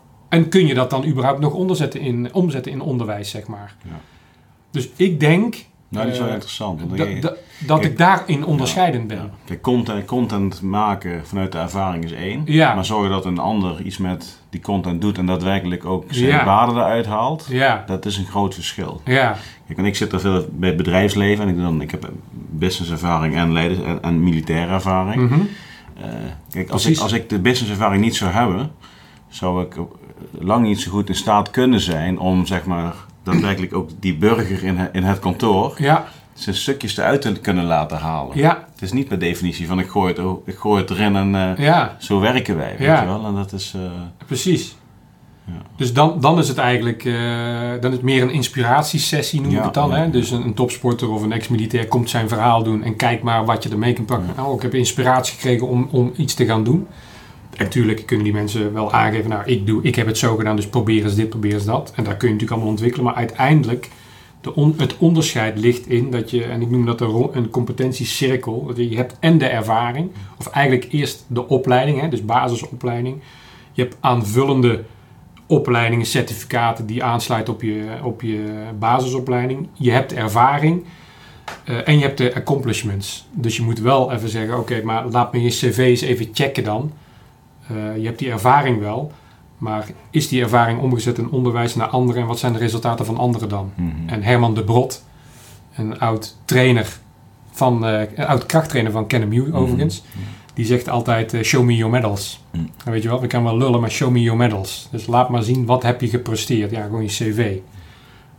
en kun je dat dan überhaupt nog onderzetten in, omzetten in onderwijs, zeg maar. Ja. Dus ik denk... Nou, dat is wel uh, interessant. Want da, je, da, dat kijk, ik daarin onderscheidend ja, ben. Ja. Kijk, content, content maken vanuit de ervaring is één. Ja. Maar zorgen dat een ander iets met die content doet en daadwerkelijk ook zijn ja. waarde eruit haalt. Ja. Dat is een groot verschil. Ja. Kijk, en ik zit er veel bij het bedrijfsleven en ik, dan, ik heb businesservaring en, leiders, en, en militaire ervaring. Mm-hmm. Uh, kijk, als ik, als ik de businesservaring niet zou hebben, zou ik lang niet zo goed in staat kunnen zijn om, zeg maar, daadwerkelijk ook die burger in, in het kantoor ja. zijn stukjes eruit te kunnen laten halen. Ja. Het is niet per definitie van ik gooi het, ik gooi het erin en uh, ja. zo werken wij, weet ja. je wel. En dat is... Uh, Precies. Ja. Dus dan, dan is het eigenlijk uh, dan is het meer een inspiratiesessie, noem ik ja, het dan. ja, Hè? ja. Dus een, een topsporter of een ex-militair komt zijn verhaal doen en kijk maar wat je ermee kan pakken. Ja. Oh, ik heb inspiratie gekregen om, om iets te gaan doen. Natuurlijk kunnen die mensen wel aangeven, nou ik, doe, ik heb het zo gedaan, dus probeer eens dit, probeer eens dat. En daar kun je natuurlijk allemaal ontwikkelen, maar uiteindelijk de on, het onderscheid ligt in dat je, en ik noem dat een, een competentiecirkel, dat je, je hebt en de ervaring, of eigenlijk eerst de opleiding, hè, dus basisopleiding. Je hebt aanvullende opleidingen, certificaten die aansluiten op je, op je basisopleiding. Je hebt ervaring uh, en je hebt de accomplishments. Dus je moet wel even zeggen, oké, okay, maar laat me je cv eens even checken dan. Uh, je hebt die ervaring wel, maar is die ervaring omgezet in onderwijs naar anderen en wat zijn de resultaten van anderen dan? Mm-hmm. En Herman de Brot, een oud trainer van, uh, een oud krachttrainer van Kennemew mm-hmm. overigens, mm-hmm. die zegt altijd uh, show me your medals. Mm. En weet je wat, we kunnen wel lullen, maar show me your medals. Dus laat maar zien, wat heb je gepresteerd? Ja, gewoon je cv.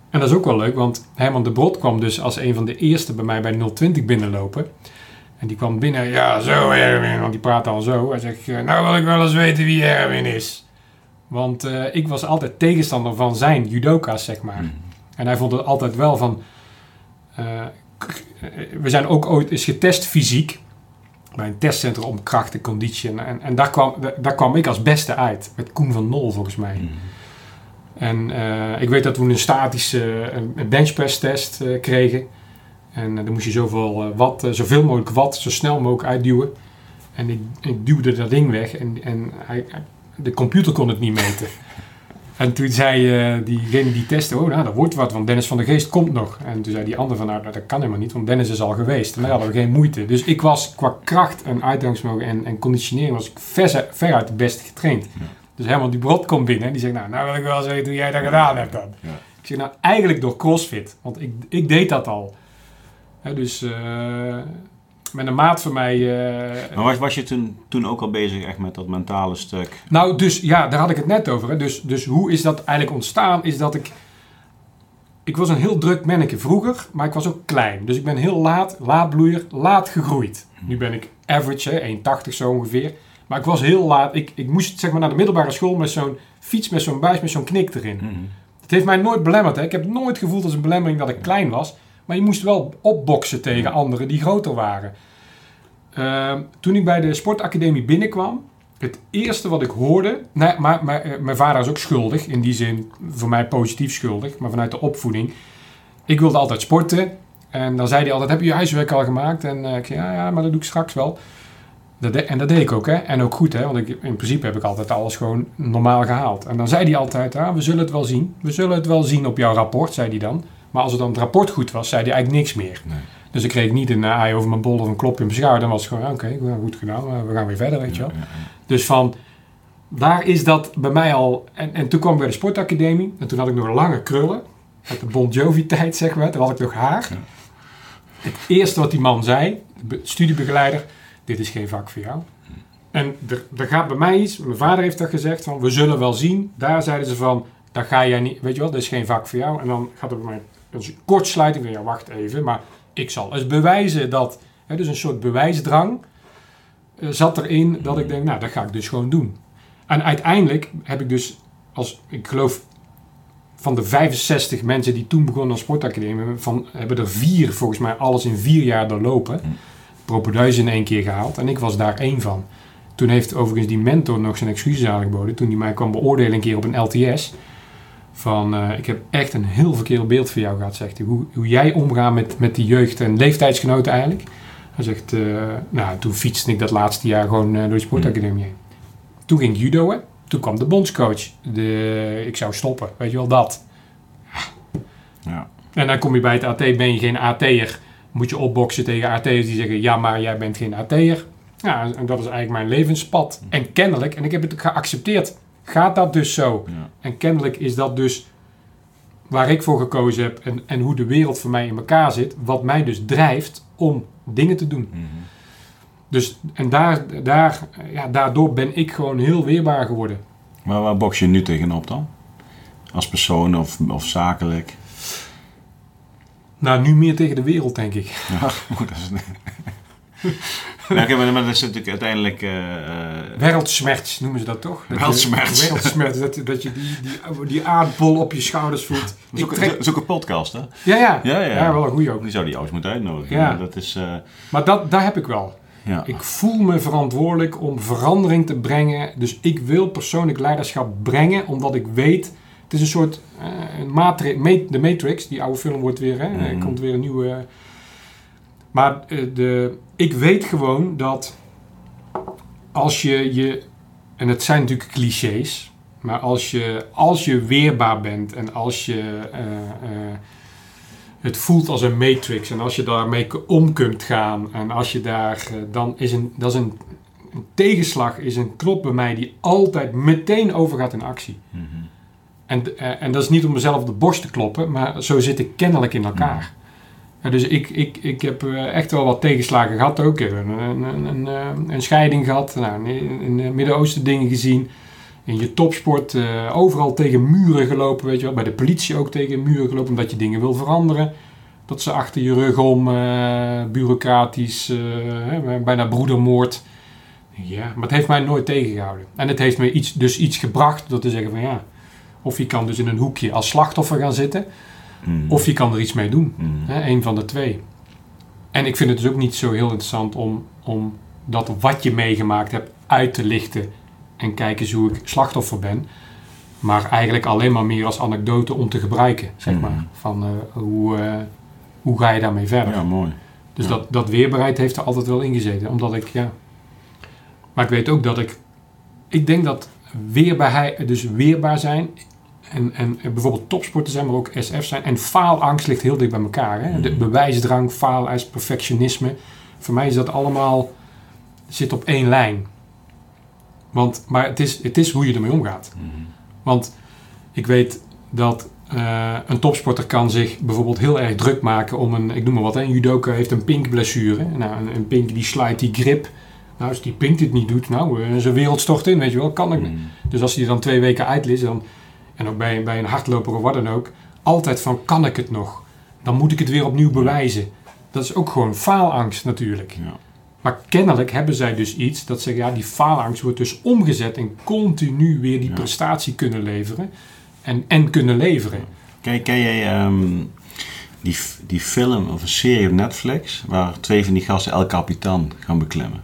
En dat is ook wel leuk, want Herman de Brot kwam dus als een van de eerste bij mij bij nul twintig binnenlopen. En die kwam binnen, ja zo Erwin, want die praatte al zo. Hij zegt, nou wil ik wel eens weten wie Erwin is. Want uh, ik was altijd tegenstander van zijn judoka's, zeg maar. Mm. En hij vond het altijd wel van... Uh, we zijn ook ooit eens getest fysiek. Bij een testcentrum om kracht en conditie. En, en daar, kwam, daar kwam ik als beste uit. Met Koen van Nol, volgens mij. Mm. En uh, ik weet dat we een statische uh, benchpress test uh, kregen. En uh, dan moest je zoveel uh, watt, uh, zoveel mogelijk watt, zo snel mogelijk uitduwen. En ik, ik duwde dat ding weg. En, en hij, de computer kon het niet meten. En toen zei uh, diegene die testte, oh nou, dat wordt wat, want Dennis van der Geest komt nog. En toen zei die ander van, nou, dat kan helemaal niet, want Dennis is al geweest. En daar hadden we geen moeite. Dus ik was qua kracht en uitgangsvermogen en, en conditionering was ik ver, veruit het beste getraind. Ja. Dus Herman die Brot komt binnen en die zegt, nou, nou wil ik wel eens weten hoe jij dat gedaan hebt dan. Ja. Ik zeg, nou, eigenlijk door CrossFit, want ik, ik deed dat al. He, dus uh, met een maat van mij... Uh, maar was, was je toen, toen ook al bezig echt met dat mentale stuk? Nou, dus ja, daar had ik het net over. Hè. Dus, dus hoe is dat eigenlijk ontstaan? Is dat ik... Ik was een heel druk manneke vroeger, maar ik was ook klein. Dus ik ben heel laat, laatbloeier, laat gegroeid. Nu ben ik average, hè, één komma tachtig zo ongeveer. Maar ik was heel laat. Ik, ik moest zeg maar naar de middelbare school met zo'n fiets, met zo'n buis, met zo'n knik erin. Mm-hmm. Het heeft mij nooit belemmerd. Hè. Ik heb nooit gevoeld als een belemmering dat ik klein was. Maar je moest wel opboksen tegen anderen die groter waren. Uh, toen ik bij de sportacademie binnenkwam, het eerste wat ik hoorde... Nee, maar, maar uh, mijn vader is ook schuldig. In die zin, voor mij positief schuldig. Maar vanuit de opvoeding. Ik wilde altijd sporten. En dan zei hij altijd, heb je je huiswerk al gemaakt? En uh, ik zei, ja, ja, maar dat doe ik straks wel. Dat de- en dat deed ik ook, hè. En ook goed, hè. Want ik, in principe heb ik altijd alles gewoon normaal gehaald. En dan zei hij altijd, ah, we zullen het wel zien. We zullen het wel zien op jouw rapport, zei hij dan. Maar als het dan het rapport goed was, zei hij eigenlijk niks meer. Nee. Dus ik kreeg niet een aai over mijn bol of een klopje in mijn schouder. Dan was het gewoon, oké, okay, goed gedaan, we gaan weer verder, weet je wel. Ja, ja, ja. Dus van, daar is dat bij mij al... En, en toen kwam ik bij de sportacademie. En toen had ik nog lange krullen. Uit de Bon Jovi tijd, zeg maar. Toen had ik nog haar. Ja. Het eerste wat die man zei, de studiebegeleider, dit is geen vak voor jou. En er, er gaat bij mij iets, mijn vader heeft dat gezegd, van we zullen wel zien. Daar zeiden ze van, dat ga jij niet, weet je wel, dat is geen vak voor jou. En dan gaat er bij mij een kortsluiting van, ja wacht even, maar ik zal eens bewijzen dat, hè, dus een soort bewijsdrang uh, zat erin dat ik denk, nou dat ga ik dus gewoon doen. En uiteindelijk heb ik dus, als ik geloof van de vijfenzestig mensen die toen begonnen als sportacademie, van, hebben er vier volgens mij alles in vier jaar doorlopen. Propeduis in één keer gehaald en ik was daar één van. Toen heeft overigens die mentor nog zijn excuses aangeboden toen hij mij kwam beoordelen een keer op een L T S. Van, uh, ik heb echt een heel verkeerd beeld van jou gehad, zegt hij. Hoe, hoe jij omgaat met, met die jeugd en leeftijdsgenoten eigenlijk. Hij zegt, uh, nou, toen fietste ik dat laatste jaar gewoon uh, door de sportacademie heen. Toen ging ik judoën. Toen kwam de bondscoach. De, ik zou stoppen, weet je wel, dat. Ja. En dan kom je bij het A T, ben je geen A T'er. Moet je opboksen tegen A T'ers die zeggen, ja, maar jij bent geen A T'er. Ja, en dat is eigenlijk mijn levenspad. En kennelijk, en ik heb het geaccepteerd, gaat dat dus zo. Ja. En kennelijk is dat dus waar ik voor gekozen heb en, en hoe de wereld voor mij in elkaar zit, wat mij dus drijft om dingen te doen. Mm-hmm. Dus, en daar, daar, ja, daardoor ben ik gewoon heel weerbaar geworden. Maar waar boks je nu tegenop dan? Als persoon of, of zakelijk? Nou, nu meer tegen de wereld, denk ik. Ja, goed, dat is... nou, okay, maar dat is natuurlijk uiteindelijk... Uh, Wereldsmerts noemen ze dat toch? Wereldsmerts. Wereldsmerts, dat, dat je die, die, die aardbol op je schouders voelt. Dat is ook, trek... ook een podcast, hè? Ja, ja. Ja, ja. ja wel een goeie ook. Die zou die ooit moeten uitnodigen. Ja. Ja, dat is, uh... Maar dat, daar heb ik wel. Ja. Ik voel me verantwoordelijk om verandering te brengen. Dus ik wil persoonlijk leiderschap brengen, omdat ik weet... Het is een soort uh, matri- ma- de Matrix, die oude film wordt weer, hè, mm-hmm. Er komt weer een nieuwe... Uh, maar uh, de, ik weet gewoon dat als je je... En het zijn natuurlijk clichés, maar als je, als je weerbaar bent en als je uh, uh, het voelt als een Matrix en als je daarmee om kunt gaan en als je daar... Uh, dan is een, dat is een, een tegenslag, is een knop bij mij die altijd meteen overgaat in actie. Mm-hmm. En, uh, en dat is niet om mezelf op de borst te kloppen, maar zo zit ik kennelijk in elkaar. Ja, dus ik, ik, ik heb uh, echt wel wat tegenslagen gehad ook. Ik heb een, een, een, een, een scheiding gehad, nou, in het Midden-Oosten dingen gezien. in je topsport uh, overal tegen muren gelopen, weet je wel. Bij de politie ook tegen muren gelopen, omdat je dingen wil veranderen. Dat ze achter je rug om, uh, bureaucratisch, uh, bijna broedermoord. Ja, maar het heeft mij nooit tegengehouden. En het heeft me iets, dus iets gebracht door te zeggen van ja, of je kan dus in een hoekje als slachtoffer gaan zitten, mm. of je kan er iets mee doen. Mm. Hè, een van de twee. En ik vind het dus ook niet zo heel interessant om, om dat wat je meegemaakt hebt uit te lichten en kijken eens hoe ik slachtoffer ben. Maar eigenlijk alleen maar meer als anekdote om te gebruiken, zeg mm. maar. Van uh, hoe, uh, hoe ga je daarmee verder? Ja, mooi. Dus ja. dat, dat weerbaarheid heeft er altijd wel in gezeten. Omdat ik, ja... Maar ik weet ook dat ik... Ik denk dat weerbaarheid, dus weerbaar zijn... En, en bijvoorbeeld topsporten zijn, maar ook S F zijn. En faalangst ligt heel dicht bij elkaar. Hè? De bewijsdrang, faalangst, perfectionisme. Voor mij is dat allemaal... Zit op één lijn. Want, maar het is, het is hoe je ermee omgaat. Mm-hmm. Want ik weet dat uh, een topsporter kan zich bijvoorbeeld heel erg druk maken om een... Ik noem maar wat, hè, een judoka heeft een pinkblessure. Nou, een, een pink die slijt die grip... Nou, als die pink dit niet doet, nou, uh, zijn wereld stort in, weet je wel, kan ik niet. Mm. Dus als hij dan twee weken uitlist, dan, en ook bij, bij een hardloper of wat dan ook, altijd van, kan ik het nog? Dan moet ik het weer opnieuw bewijzen. Dat is ook gewoon faalangst natuurlijk. Ja. Maar kennelijk hebben zij dus iets, dat ze, ja, die faalangst wordt dus omgezet en continu weer die ja. prestatie kunnen leveren en, en kunnen leveren. Ken, ken jij um, die, die film of een serie op Netflix, waar twee van die gasten El Capitan gaan beklimmen?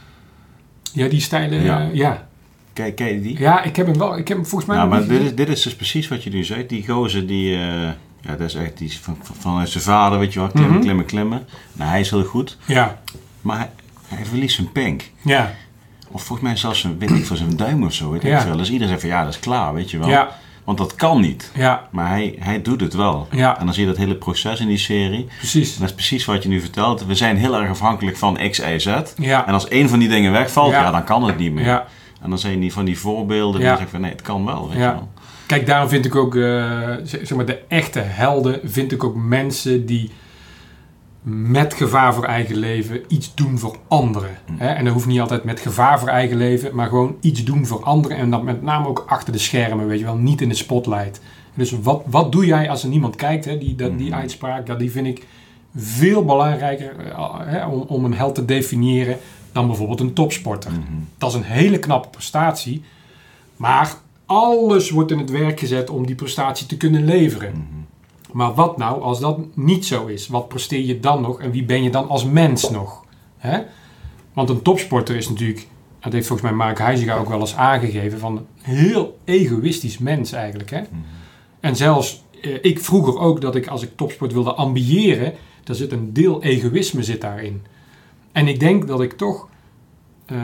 Ja, die stijle... Ja. Uh, ja. Kijk, ken je die? Ja, ik heb hem wel... Ik heb hem volgens mij... Ja, maar dit is, dit is dus precies wat je nu zegt. Die gozer die... Uh, ja, dat is echt die van, vanuit zijn vader, weet je wel. Klimmen, mm-hmm. klimmen, klimmen. Nou, hij is heel goed. Ja. Maar hij, hij verliest zijn pink. Ja. Of volgens mij zelfs een, weet ik, voor zijn duim of zo. Weet ja. ik veel. Dus iedereen zegt van ja, dat is klaar, weet je wel. Ja. Want dat kan niet. Ja. Maar hij, hij doet het wel. Ja. En dan zie je dat hele proces in die serie. Precies. En dat is precies wat je nu vertelt. We zijn heel erg afhankelijk van X, Y, Z. Ja. En als één van die dingen wegvalt, ja, ja dan kan het niet meer. Ja. En dan zijn die van die voorbeelden ja. die zeggen van nee, het kan wel. Weet ja. je wel. Kijk, daarom vind ik ook, uh, zeg maar, de echte helden, vind ik ook mensen die met gevaar voor eigen leven iets doen voor anderen. Mm. Hè? En dat hoeft niet altijd met gevaar voor eigen leven, maar gewoon iets doen voor anderen. En dat met name ook achter de schermen, weet je wel, niet in de spotlight. Dus wat, wat doe jij als er niemand kijkt? Hè? Die, dat, die uitspraak, dat, die vind ik veel belangrijker uh, hè, om, om een held te definiëren dan bijvoorbeeld een topsporter. Mm-hmm. Dat is een hele knappe prestatie, maar alles wordt in het werk gezet om die prestatie te kunnen leveren. Mm-hmm. Maar wat nou als dat niet zo is? Wat presteer je dan nog en wie ben je dan als mens nog? Hè? Want een topsporter is natuurlijk, dat heeft volgens mij Mark Huizinga ook wel eens aangegeven, van een heel egoïstisch mens eigenlijk. Hè? Mm-hmm. En zelfs eh, ik vroeger ook dat ik als ik topsport wilde ambiëren, daar zit een deel egoïsme zit daarin. En ik denk dat ik toch uh,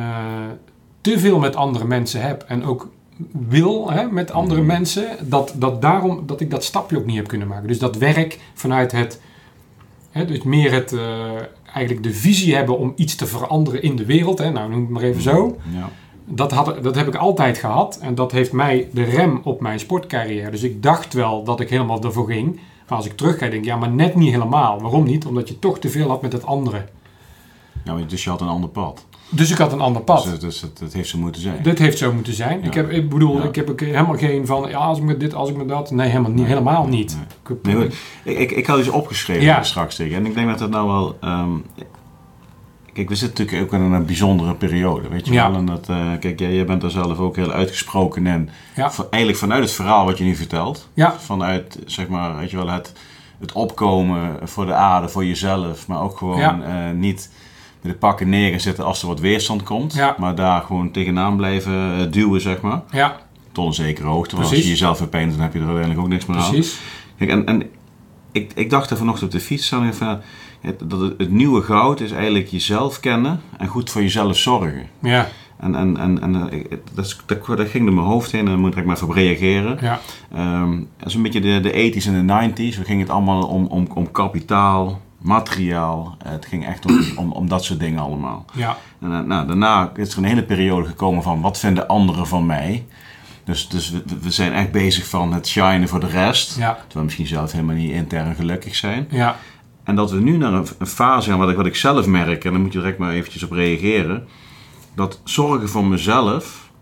te veel met andere mensen heb en ook wil hè, met andere mensen, dat, dat daarom dat ik dat stapje ook niet heb kunnen maken. Dus dat werk vanuit het, hè, dus meer het, uh, eigenlijk de visie hebben om iets te veranderen in de wereld, hè, nou noem het maar even zo, ja. dat, had, dat heb ik altijd gehad en dat heeft mij de rem op mijn sportcarrière. Dus ik dacht wel dat ik helemaal ervoor ging, maar als ik terug ga, denk ik, ja, maar net niet helemaal. Waarom niet? Omdat je toch te veel had met het andere. Nou, dus je had een ander pad. Dus ik had een ander pad. Dus, dus het, het heeft zo moeten zijn. Dit heeft zo moeten zijn. Ja. Ik, heb, ik bedoel, ja. ik heb ook helemaal geen van, ja, als ik met dit, als ik met dat. Nee, helemaal niet. Nee, helemaal nee, niet. Nee. Nee, ik, ik, ik had iets opgeschreven ja. straks tegen. En ik denk dat dat nou wel... Um, kijk, we zitten natuurlijk ook in een bijzondere periode, weet je ja. wel. En dat, uh, kijk, jij, jij bent daar zelf ook heel uitgesproken in. Ja. Van, eigenlijk vanuit het verhaal wat je nu vertelt. Ja. Vanuit, zeg maar, weet je wel, het, het opkomen voor de aarde, voor jezelf. Maar ook gewoon ja. uh, niet... met de pakken neer zitten als er wat weerstand komt. Ja. Maar daar gewoon tegenaan blijven uh, duwen, zeg maar. Ja. Tot een zekere hoogte. Want als je jezelf verpeent, dan heb je er uiteindelijk ook niks meer aan. Precies. Kijk, en, en ik, ik dacht er vanochtend op de fiets van, dat het, het nieuwe goud is eigenlijk jezelf kennen en goed voor jezelf zorgen. Ja. En, en, en, en dat, dat, dat ging door mijn hoofd heen en daar moet ik maar even op reageren. Ja. Um, dat is een beetje de, de eighties en de nineties. We gingen het allemaal om, om, om kapitaal, materiaal. Het ging echt om, om, om dat soort dingen allemaal. Ja. En, nou, daarna is er een hele periode gekomen van wat vinden anderen van mij. Dus, dus we, we zijn echt bezig van het shinen voor de rest. Ja. Terwijl we misschien zelf helemaal niet intern gelukkig zijn. Ja. En dat we nu naar een, een fase gaan, wat ik, wat ik zelf merk, en daar moet je direct maar eventjes op reageren. Dat zorgen voor mezelf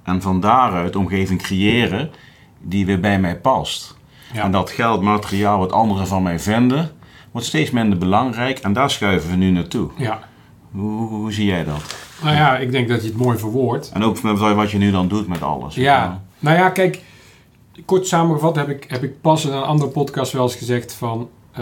En van daaruit de omgeving creëren die weer bij mij past. Ja. En dat geld, materiaal, wat anderen van mij vinden, wordt steeds minder belangrijk. En daar schuiven we nu naartoe. Ja. Hoe, hoe, hoe zie jij dat? Nou ja, ik denk dat je het mooi verwoordt. En ook met wat je nu dan doet met alles. Ja, nou ja, kijk, kort samengevat heb ik, heb ik pas in een andere podcast wel eens gezegd van uh,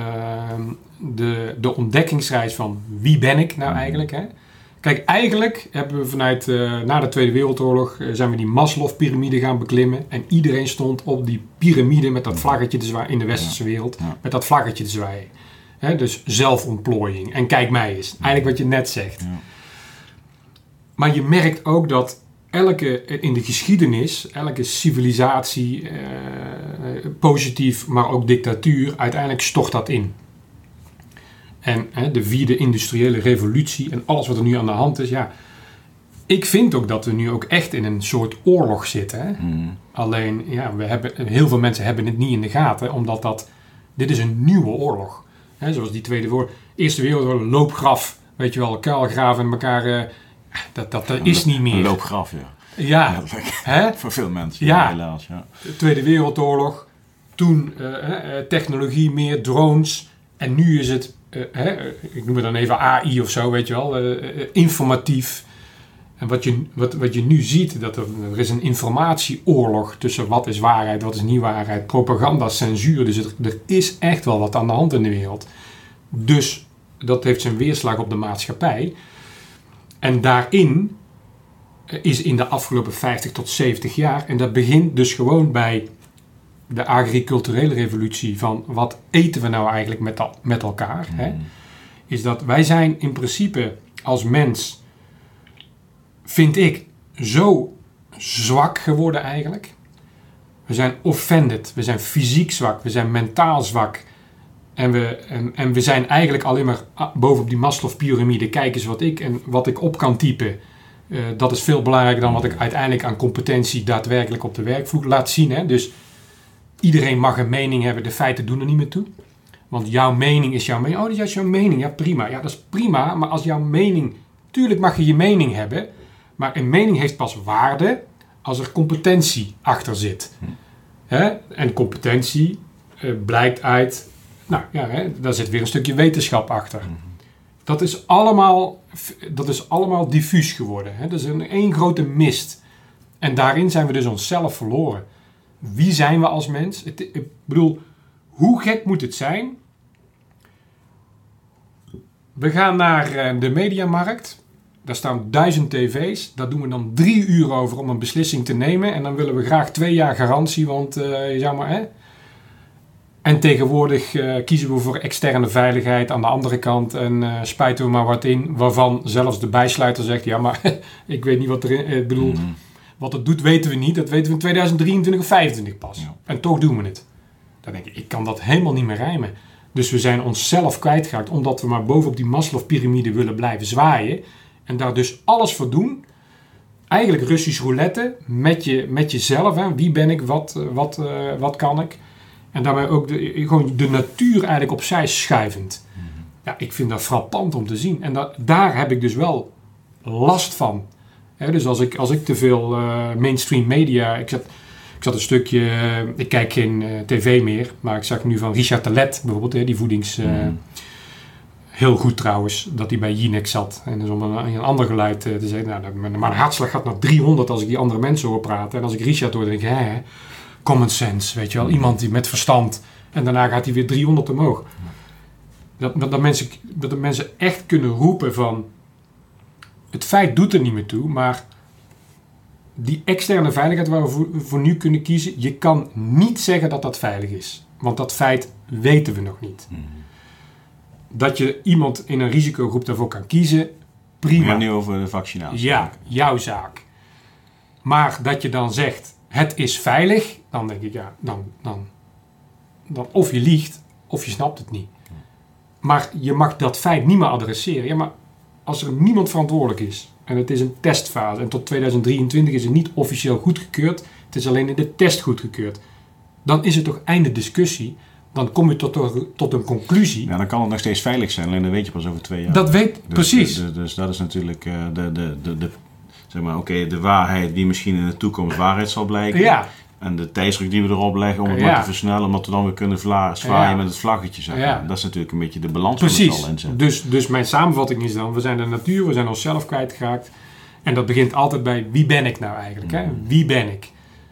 de, de ontdekkingsreis van wie ben ik nou eigenlijk, hè? Kijk, eigenlijk hebben we vanuit, uh, na de Tweede Wereldoorlog, uh, zijn we die Maslow-pyramide gaan beklimmen. En iedereen stond op die piramide met dat vlaggetje te zwaaien in de westerse wereld. Ja. Met dat vlaggetje te zwaaien. He, dus zelfontplooiing. En kijk mij eens. Eigenlijk wat je net zegt. Ja. Maar je merkt ook dat elke, in de geschiedenis, elke civilisatie, uh, positief, maar ook dictatuur, uiteindelijk stort dat in. En hè, de vierde industriële revolutie en alles wat er nu aan de hand is, ja. Ik vind ook dat we nu ook echt in een soort oorlog zitten. Hè? Mm. Alleen, ja, we hebben, heel veel mensen hebben het niet in de gaten, omdat dat, dit is een nieuwe oorlog. Hè, zoals die Tweede Wereld, Eerste Wereldoorlog, loopgraf, weet je wel, kuilgraven en elkaar, uh, dat, dat, dat is niet meer. Een loopgraf, ja. Ja. Hè? Voor veel mensen, ja. helaas. Ja. De Tweede Wereldoorlog, toen uh, uh, technologie meer, drones, en nu is het, Uh, hè, ik noem het dan even A I of zo, weet je wel, uh, uh, informatief. En wat je, wat, wat je nu ziet, dat er, er is een informatieoorlog tussen wat is waarheid, wat is niet waarheid, propaganda, censuur. Dus het, er is echt wel wat aan de hand in de wereld. Dus dat heeft zijn weerslag op de maatschappij. En daarin is in de afgelopen vijftig tot zeventig jaar, en dat begint dus gewoon bij de agriculturele revolutie van wat eten we nou eigenlijk met, al, met elkaar, mm. hè, is dat wij zijn in principe als mens, vind ik, zo zwak geworden eigenlijk. We zijn offended, we zijn fysiek zwak, we zijn mentaal zwak. En we, en, en we zijn eigenlijk alleen maar bovenop die Maslow-pyramide, kijk eens wat ik en wat ik op kan typen. Uh, dat is veel belangrijker dan wat ik uiteindelijk aan competentie daadwerkelijk op de werkvloer laat zien. Hè. Dus iedereen mag een mening hebben, de feiten doen er niet meer toe. Want jouw mening is jouw mening. Oh, dat is jouw mening. Ja, prima. Ja, dat is prima. Maar als jouw mening... Tuurlijk mag je je mening hebben. Maar een mening heeft pas waarde als er competentie achter zit. Hm. Hè? En competentie uh, blijkt uit... Nou ja, hè, daar zit weer een stukje wetenschap achter. Hm. Dat is allemaal, dat is allemaal diffuus geworden. Hè? Dat is een één grote mist. En daarin zijn we dus onszelf verloren. Wie zijn we als mens? Het, ik bedoel, hoe gek moet het zijn? We gaan naar uh, de mediamarkt. Daar staan duizend tv's. Daar doen we dan drie uur over om een beslissing te nemen. En dan willen we graag twee jaar garantie. Want, uh, je zou maar, hè? En tegenwoordig uh, kiezen we voor externe veiligheid aan de andere kant. En uh, spuiten we maar wat in. Waarvan zelfs de bijsluiter zegt, ja maar ik weet niet wat erin... Ik bedoel... Mm-hmm. Wat het doet, weten we niet. Dat weten we in tweeduizend drieëntwintig of vijfentwintig pas. Ja. En toch doen we het. Dan denk ik, ik kan dat helemaal niet meer rijmen. Dus we zijn onszelf kwijtgeraakt, omdat we maar bovenop die Maslow-pyramide willen blijven zwaaien. En daar dus alles voor doen. Eigenlijk Russisch roulette met, je, met jezelf. Hè. Wie ben ik? Wat, wat, uh, wat kan ik? En daarmee ook de, gewoon de natuur eigenlijk opzij schuivend. Mm-hmm. Ja, ik vind dat frappant om te zien. En dat, daar heb ik dus wel last van. He, dus als ik, als ik te veel uh, mainstream media... Ik zat, ik zat een stukje... Uh, ik kijk geen uh, tv meer. Maar ik zag nu van Richard Telet bijvoorbeeld. Hè, die voedings... Uh, mm. Heel goed trouwens. Dat hij bij Jinek zat. En dus om een, een ander geluid uh, te zeggen... Nou, mijn, mijn hartslag gaat naar driehonderd als ik die andere mensen hoor praten. En als ik Richard hoor, dan denk ik... Hè, common sense, weet je wel. Iemand die met verstand. En daarna gaat hij weer driehonderd omhoog. Dat, dat, dat, mensen, dat de mensen echt kunnen roepen van... Het feit doet er niet meer toe, maar die externe veiligheid waar we voor, voor nu kunnen kiezen, je kan niet zeggen dat dat veilig is. Want dat feit weten we nog niet. Mm. Dat je iemand in een risicogroep daarvoor kan kiezen, prima. We gaan nu over de vaccinatie. Ja, jouw zaak. Maar dat je dan zegt, het is veilig, dan denk ik, ja, dan, dan, dan of je liegt, of je snapt het niet. Mm. Maar je mag dat feit niet meer adresseren. Ja, maar als er niemand verantwoordelijk is en het is een testfase en tot tweeduizend drieëntwintig is het niet officieel goedgekeurd, het is alleen in de test goedgekeurd, dan is het toch einde discussie. Dan kom je tot, tot een conclusie. Ja, dan kan het nog steeds veilig zijn, alleen dat weet je pas over twee jaar. Dat weet, dus, precies. Dus, dus, dus dat is natuurlijk uh, de, de, de, de, zeg maar, oké, okay, de waarheid die misschien in de toekomst waarheid zal blijken. Ja. En de tijdsdruk die we erop leggen om het ja. maar te versnellen, omdat we dan weer kunnen vla- zwaaien ja. met het vlaggetje. Zeg maar. ja. Dat is natuurlijk een beetje de balans Precies. die we al inzetten. Dus, dus mijn samenvatting is dan, we zijn de natuur, we zijn onszelf kwijtgeraakt. En dat begint altijd bij, wie ben ik nou eigenlijk? Hè? Wie ben ik?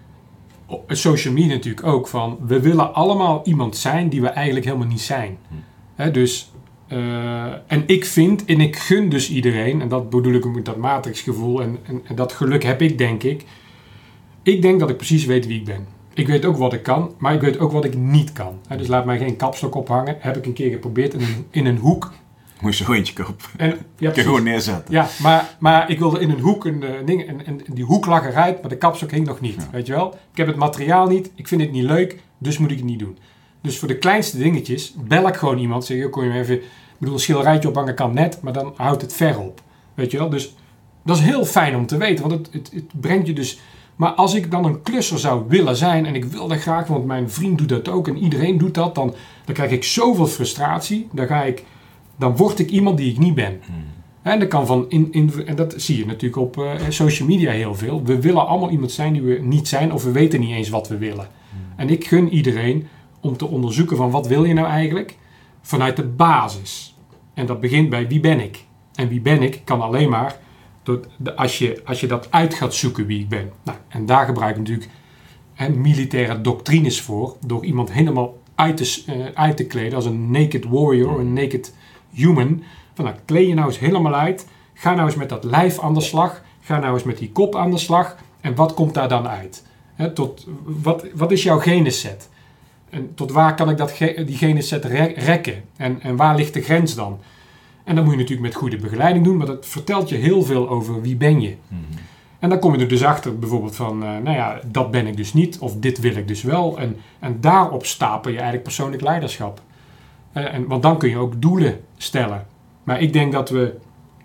Social media natuurlijk ook van, we willen allemaal iemand zijn die we eigenlijk helemaal niet zijn. Hè, dus, uh, en ik vind, en ik gun dus iedereen, en dat bedoel ik met dat matrixgevoel, en, en, en dat geluk heb ik denk ik. Ik denk dat ik precies weet wie ik ben. Ik weet ook wat ik kan, maar ik weet ook wat ik niet kan. Hè, dus laat mij geen kapstok ophangen. Heb ik een keer geprobeerd in een, in een hoek. Moet je zo eentje kopen. En, ja, kun je gewoon neerzetten. Ja, maar, maar ik wilde in een hoek een uh, ding. En, en die hoek lag eruit, maar de kapstok hing nog niet. Ja. Weet je wel? Ik heb het materiaal niet. Ik vind het niet leuk. Dus moet ik het niet doen. Dus voor de kleinste dingetjes bel ik gewoon iemand. Zeg, kon je me even... Ik bedoel, een schilderijtje ophangen kan net. Maar dan houdt het ver op. Weet je wel? Dus dat is heel fijn om te weten. Want het, het, het brengt je dus... Maar als ik dan een klusser zou willen zijn. En ik wil dat graag. Want mijn vriend doet dat ook. En iedereen doet dat. Dan, dan krijg ik zoveel frustratie. Dan ga ik... Dan word ik iemand die ik niet ben. Hmm. En dat kan van in, in, en dat zie je natuurlijk op uh, social media heel veel. We willen allemaal iemand zijn die we niet zijn, of we weten niet eens wat we willen. Hmm. En ik gun iedereen om te onderzoeken van wat wil je nou eigenlijk vanuit de basis. En dat begint bij wie ben ik. En wie ben ik kan alleen maar door de, als, je, als je dat uit gaat zoeken wie ik ben. Nou, en daar gebruik ik natuurlijk hè, militaire doctrines voor. Door iemand helemaal uit te, uh, uit te kleden als een naked warrior, een naked human. Van nou, kleed je nou eens helemaal uit. Ga nou eens met dat lijf aan de slag. Ga nou eens met die kop aan de slag. En wat komt daar dan uit? He, tot, wat, wat is jouw geneset? En tot waar kan ik dat ge- die geneset re- rekken? En, en waar ligt de grens dan? En dat moet je natuurlijk met goede begeleiding doen. Maar dat vertelt je heel veel over wie ben je. Mm-hmm. En dan kom je er dus achter bijvoorbeeld van... Uh, nou ja, dat ben ik dus niet. Of dit wil ik dus wel. En, en daarop stapel je eigenlijk persoonlijk leiderschap. Uh, en, want dan kun je ook doelen stellen. Maar ik denk dat we...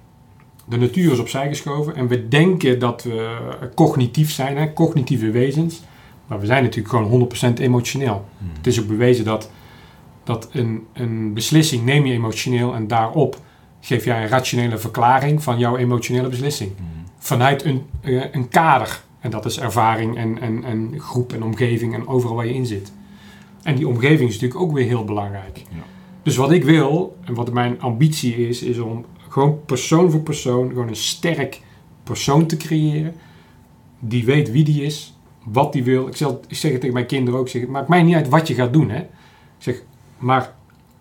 De natuur is opzij geschoven. En we denken dat we cognitief zijn. Hè, cognitieve wezens. Maar we zijn natuurlijk gewoon honderd procent emotioneel. Hmm. Het is ook bewezen dat, dat een, een beslissing neem je emotioneel. En daarop geef jij een rationele verklaring van jouw emotionele beslissing. Hmm. Vanuit een, uh, een kader. En dat is ervaring en, en, en groep en omgeving en overal waar je in zit. En die omgeving is natuurlijk ook weer heel belangrijk. Ja. Dus wat ik wil, en wat mijn ambitie is, is om gewoon persoon voor persoon, gewoon een sterk persoon te creëren. Die weet wie die is, wat die wil. Ik zeg, ik zeg het tegen mijn kinderen ook, ik zeg, het maakt mij niet uit wat je gaat doen. Hè. Ik zeg, maar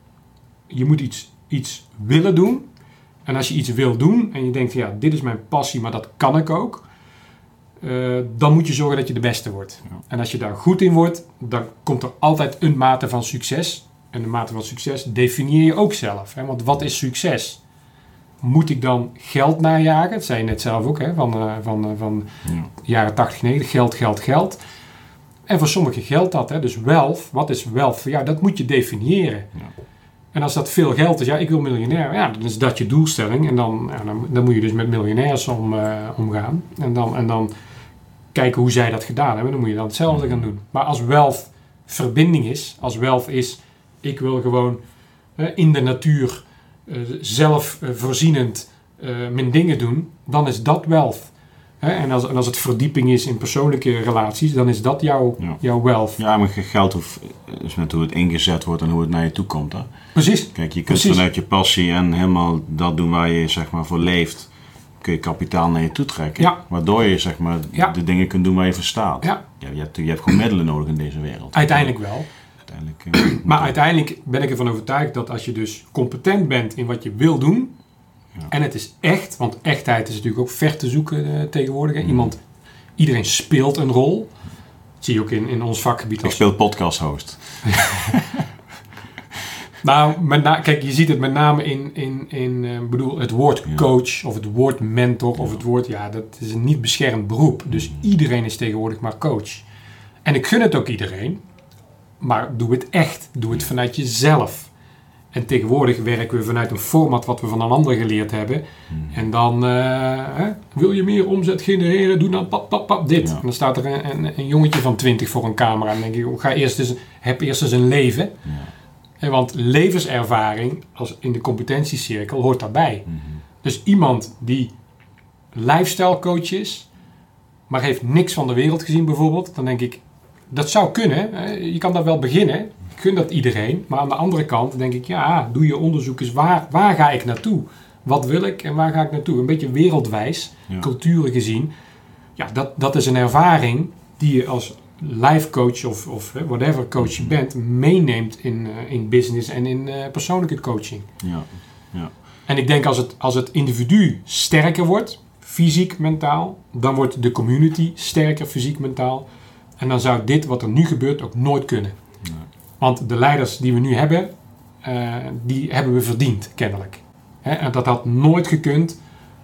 je moet iets, iets willen doen. En als je iets wil doen en je denkt, ja, dit is mijn passie, maar dat kan ik ook. Uh, dan moet je zorgen dat je de beste wordt. Ja. En als je daar goed in wordt, dan komt er altijd een mate van succes. En de mate van succes definieer je ook zelf. Hè? Want wat is succes? Moet ik dan geld najagen? Dat zei je net zelf ook, hè? Van, uh, van, uh, van ja. jaren tachtig, negentig. Geld, geld, geld. En voor sommigen geldt dat. Hè? Dus wealth, wat is wealth? Ja, dat moet je definiëren. Ja. En als dat veel geld is, ja, ik wil miljonair. Ja, dan is dat je doelstelling. En dan, ja, dan, dan moet je dus met miljonairs om, uh, omgaan. En dan, en dan kijken hoe zij dat gedaan hebben. Dan moet je dan hetzelfde gaan doen. Maar als wealth verbinding is, als wealth is... Ik wil gewoon uh, in de natuur uh, zelf uh, voorzienend uh, mijn dingen doen. Dan is dat wealth. Hè? En, als, en als het verdieping is in persoonlijke relaties, dan is dat jouw, ja. jouw wealth. Ja, maar geld hoeft, is met hoe het ingezet wordt en hoe het naar je toe komt. Hè? Precies. Kijk, je kunt Precies. vanuit je passie en helemaal dat doen waar je zeg maar voor leeft, kun je kapitaal naar je toe trekken. Ja. Waardoor je zeg maar ja. de dingen kunt doen waar je voor staat. Ja. Ja, je, hebt, je hebt gewoon middelen nodig in deze wereld. Uiteindelijk wel. Uiteindelijk, uh, maar uiteindelijk ben ik ervan overtuigd dat als je dus competent bent in wat je wil doen, ja. en het is echt, want echtheid is natuurlijk ook ver te zoeken uh, tegenwoordig. Hè? Mm. Iemand, iedereen speelt een rol. Dat zie je ook in, in ons vakgebied. Als... Ik speel podcast host. nou, met na- kijk, je ziet het met name in, in, in uh, bedoel, het woord ja. coach of het woord mentor ja. of het woord, ja, dat is een niet beschermd beroep. Dus mm. iedereen is tegenwoordig maar coach. En ik gun het ook iedereen. Maar doe het echt. Doe het vanuit jezelf. En tegenwoordig werken we vanuit een format wat we van een ander geleerd hebben. Hmm. En dan uh, hè, wil je meer omzet genereren, doe dan pap, pap, pap, dit. Ja. En dan staat er een, een, een jongetje van twintig voor een camera. En dan denk je, ga eerst eens, heb eerst eens een leven. Ja. En want levenservaring als in de competentiecirkel hoort daarbij. Hmm. Dus iemand die lifestyle coach is, maar heeft niks van de wereld gezien bijvoorbeeld, dan denk ik, dat zou kunnen. Je kan dat wel beginnen. Ik gun dat iedereen. Maar aan de andere kant denk ik, ja, doe je onderzoek eens. Waar, waar ga ik naartoe? Wat wil ik en waar ga ik naartoe? Een beetje wereldwijs, ja. culturen gezien. Ja, dat, dat is een ervaring die je als life coach of, of whatever coach je bent, meeneemt in, uh, in business en in uh, persoonlijke coaching. Ja. Ja. En ik denk als het, als het individu sterker wordt, fysiek, mentaal, dan wordt de community sterker, fysiek, mentaal. En dan zou dit wat er nu gebeurt ook nooit kunnen. Nee. Want de leiders die we nu hebben, uh, die hebben we verdiend, kennelijk. Hè? En dat had nooit gekund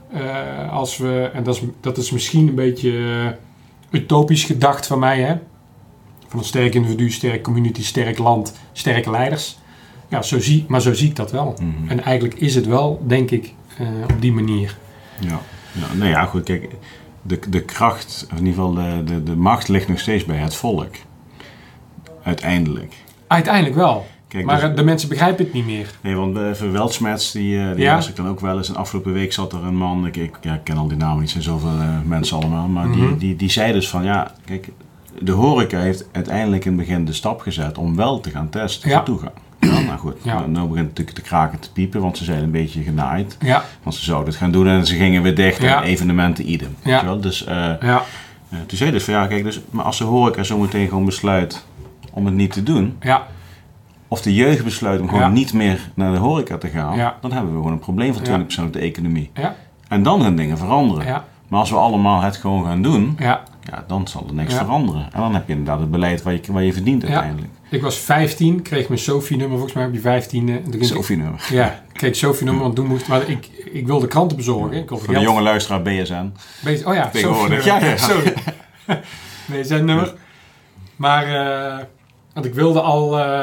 uh, als we, en dat is, dat is misschien een beetje uh, utopisch gedacht van mij, hè? Van een sterk individu, sterk community, sterk land, sterke leiders. Ja, zo zie, maar zo zie ik dat wel. Mm-hmm. En eigenlijk is het wel, denk ik, uh, op die manier. Ja, ja, nou ja, goed, kijk, de, de kracht, of in ieder geval de, de, de macht ligt nog steeds bij het volk. Uiteindelijk. Uiteindelijk wel. Kijk, maar dus, de mensen begrijpen het niet meer. Nee, want even Weltschmerz, die, die ja. was ik dan ook wel eens. En afgelopen week zat er een man, ik, ik, ja, ik ken al die namen niet, zijn zoveel uh, mensen allemaal. Maar mm-hmm. die, die, die zei dus van, ja, kijk, de horeca heeft uiteindelijk in het begin de stap gezet om wel te gaan testen ja. voor toegang. Ja, nou goed, ja. nou, nou begint het natuurlijk te kraken te piepen, want ze zijn een beetje genaaid. Ja. Want ze zouden het gaan doen en ze gingen weer dicht ja. en evenementen idem. Ja. Wel? Dus uh, ja. uh, toen zei dus van ja, kijk, dus, maar als de horeca zo meteen gewoon besluit om het niet te doen, ja. of de jeugd besluit om gewoon ja. niet meer naar de horeca te gaan, ja. dan hebben we gewoon een probleem van twintig procent op de economie. Ja. En dan gaan dingen veranderen. Ja. Maar als we allemaal het gewoon gaan doen, ja. Ja, dan zal er niks ja. veranderen. En dan heb je inderdaad het beleid waar je, waar je verdient uiteindelijk. Ja. Ik was vijftien, kreeg mijn Sophie-nummer, volgens mij op je vijftiende. Sophie-nummer? Ja, ik kreeg Sophie-nummer, want toen moest... Maar ik, ik wilde kranten bezorgen. Ik Voor geld. De jonge luisteraar B S N. B S, oh ja, Sophie-nummer. Ja, ja. Sorry. B S N-nummer. Ja. Maar, uh, want ik wilde al uh,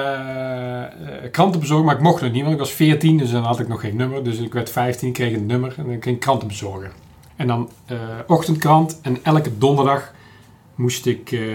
uh, kranten bezorgen, maar ik mocht het niet, want ik was veertien, dus dan had ik nog geen nummer. Dus ik werd vijftien, kreeg een nummer en dan ging ik kranten bezorgen. En dan uh, ochtendkrant en elke donderdag moest ik uh,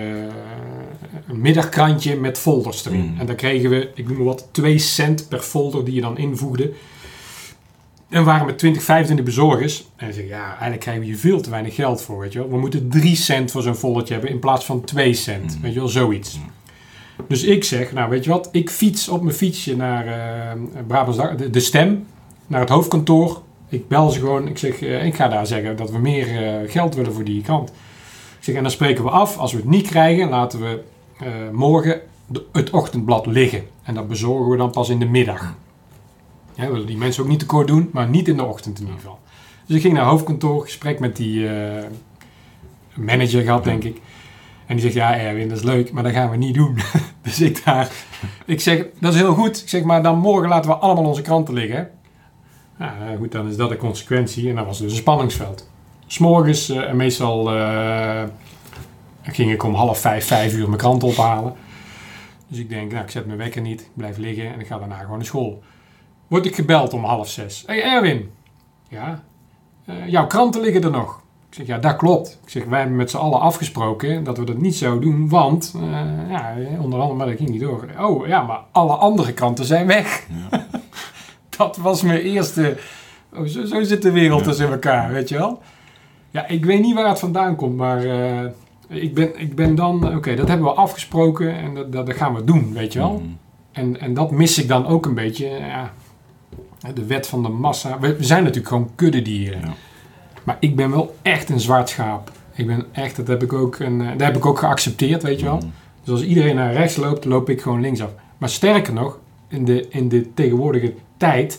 een middagkrantje met folders erin. Mm. En dan kregen we, ik noem maar wat, twee cent per folder die je dan invoegde. En we waren met twintig, vijfentwintig bezorgers. En ik zeg, ja, eigenlijk krijgen we hier veel te weinig geld voor, weet je wel. We moeten drie cent voor zo'n foldertje hebben in plaats van twee cent. Mm. Weet je wel, zoiets. Mm. Dus ik zeg, nou weet je wat, ik fiets op mijn fietsje naar uh, Brabants de, de Stem, naar het hoofdkantoor. Ik bel ze gewoon, ik zeg, uh, ik ga daar zeggen dat we meer uh, geld willen voor die krant. Ik zeg, en dan spreken we af, als we het niet krijgen, laten we uh, morgen de, het ochtendblad liggen. En dat bezorgen we dan pas in de middag. Ja, we willen die mensen ook niet tekort doen, maar niet in de ochtend in ieder geval. Dus ik ging naar het hoofdkantoor, gesprek met die uh, manager gehad, denk ik. En die zegt, ja Erwin, dat is leuk, maar dat gaan we niet doen. Dus ik daar, ik zeg, dat is heel goed. Ik zeg, maar dan morgen laten we allemaal onze kranten liggen. Ja, goed, dan is dat een consequentie. En dat was dus een spanningsveld. 'S Morgens, uh, en meestal uh, ging ik om half vijf, vijf uur mijn krant ophalen. Dus ik denk, nou, ik zet mijn wekker niet, ik blijf liggen en ik ga daarna gewoon naar school. Word ik gebeld om half zes. Hé hey Erwin, ja, uh, jouw kranten liggen er nog. Ik zeg, ja, dat klopt. Ik zeg, wij hebben met z'n allen afgesproken dat we dat niet zouden doen, want, uh, ja, onder andere, maar dat ging niet door. Oh, ja, maar alle andere kranten zijn weg. Ja. Dat was mijn eerste... Oh, zo, zo zit de wereld ja. dus in elkaar, weet je wel. Ja, ik weet niet waar het vandaan komt, maar uh, ik, ben, ik ben dan... Oké, okay, dat hebben we afgesproken en dat, dat gaan we doen, weet je wel. Mm. En, en dat mis ik dan ook een beetje. Ja, de wet van de massa. We, we zijn natuurlijk gewoon kuddedieren. Ja. Maar ik ben wel echt een zwart schaap. Ik ben echt, dat heb ik ook, een, dat heb ik ook geaccepteerd, weet je wel. Mm. Dus als iedereen naar rechts loopt, loop ik gewoon linksaf. Maar sterker nog, in de, in de tegenwoordige tijd,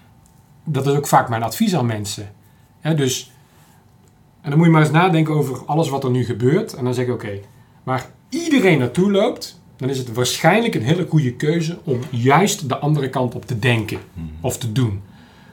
dat is ook vaak mijn advies aan mensen. Ja, dus, en dan moet je maar eens nadenken over alles wat er nu gebeurt. En dan zeg je, oké, okay, waar iedereen naartoe loopt, dan is het waarschijnlijk een hele goede keuze om juist de andere kant op te denken mm. of te doen.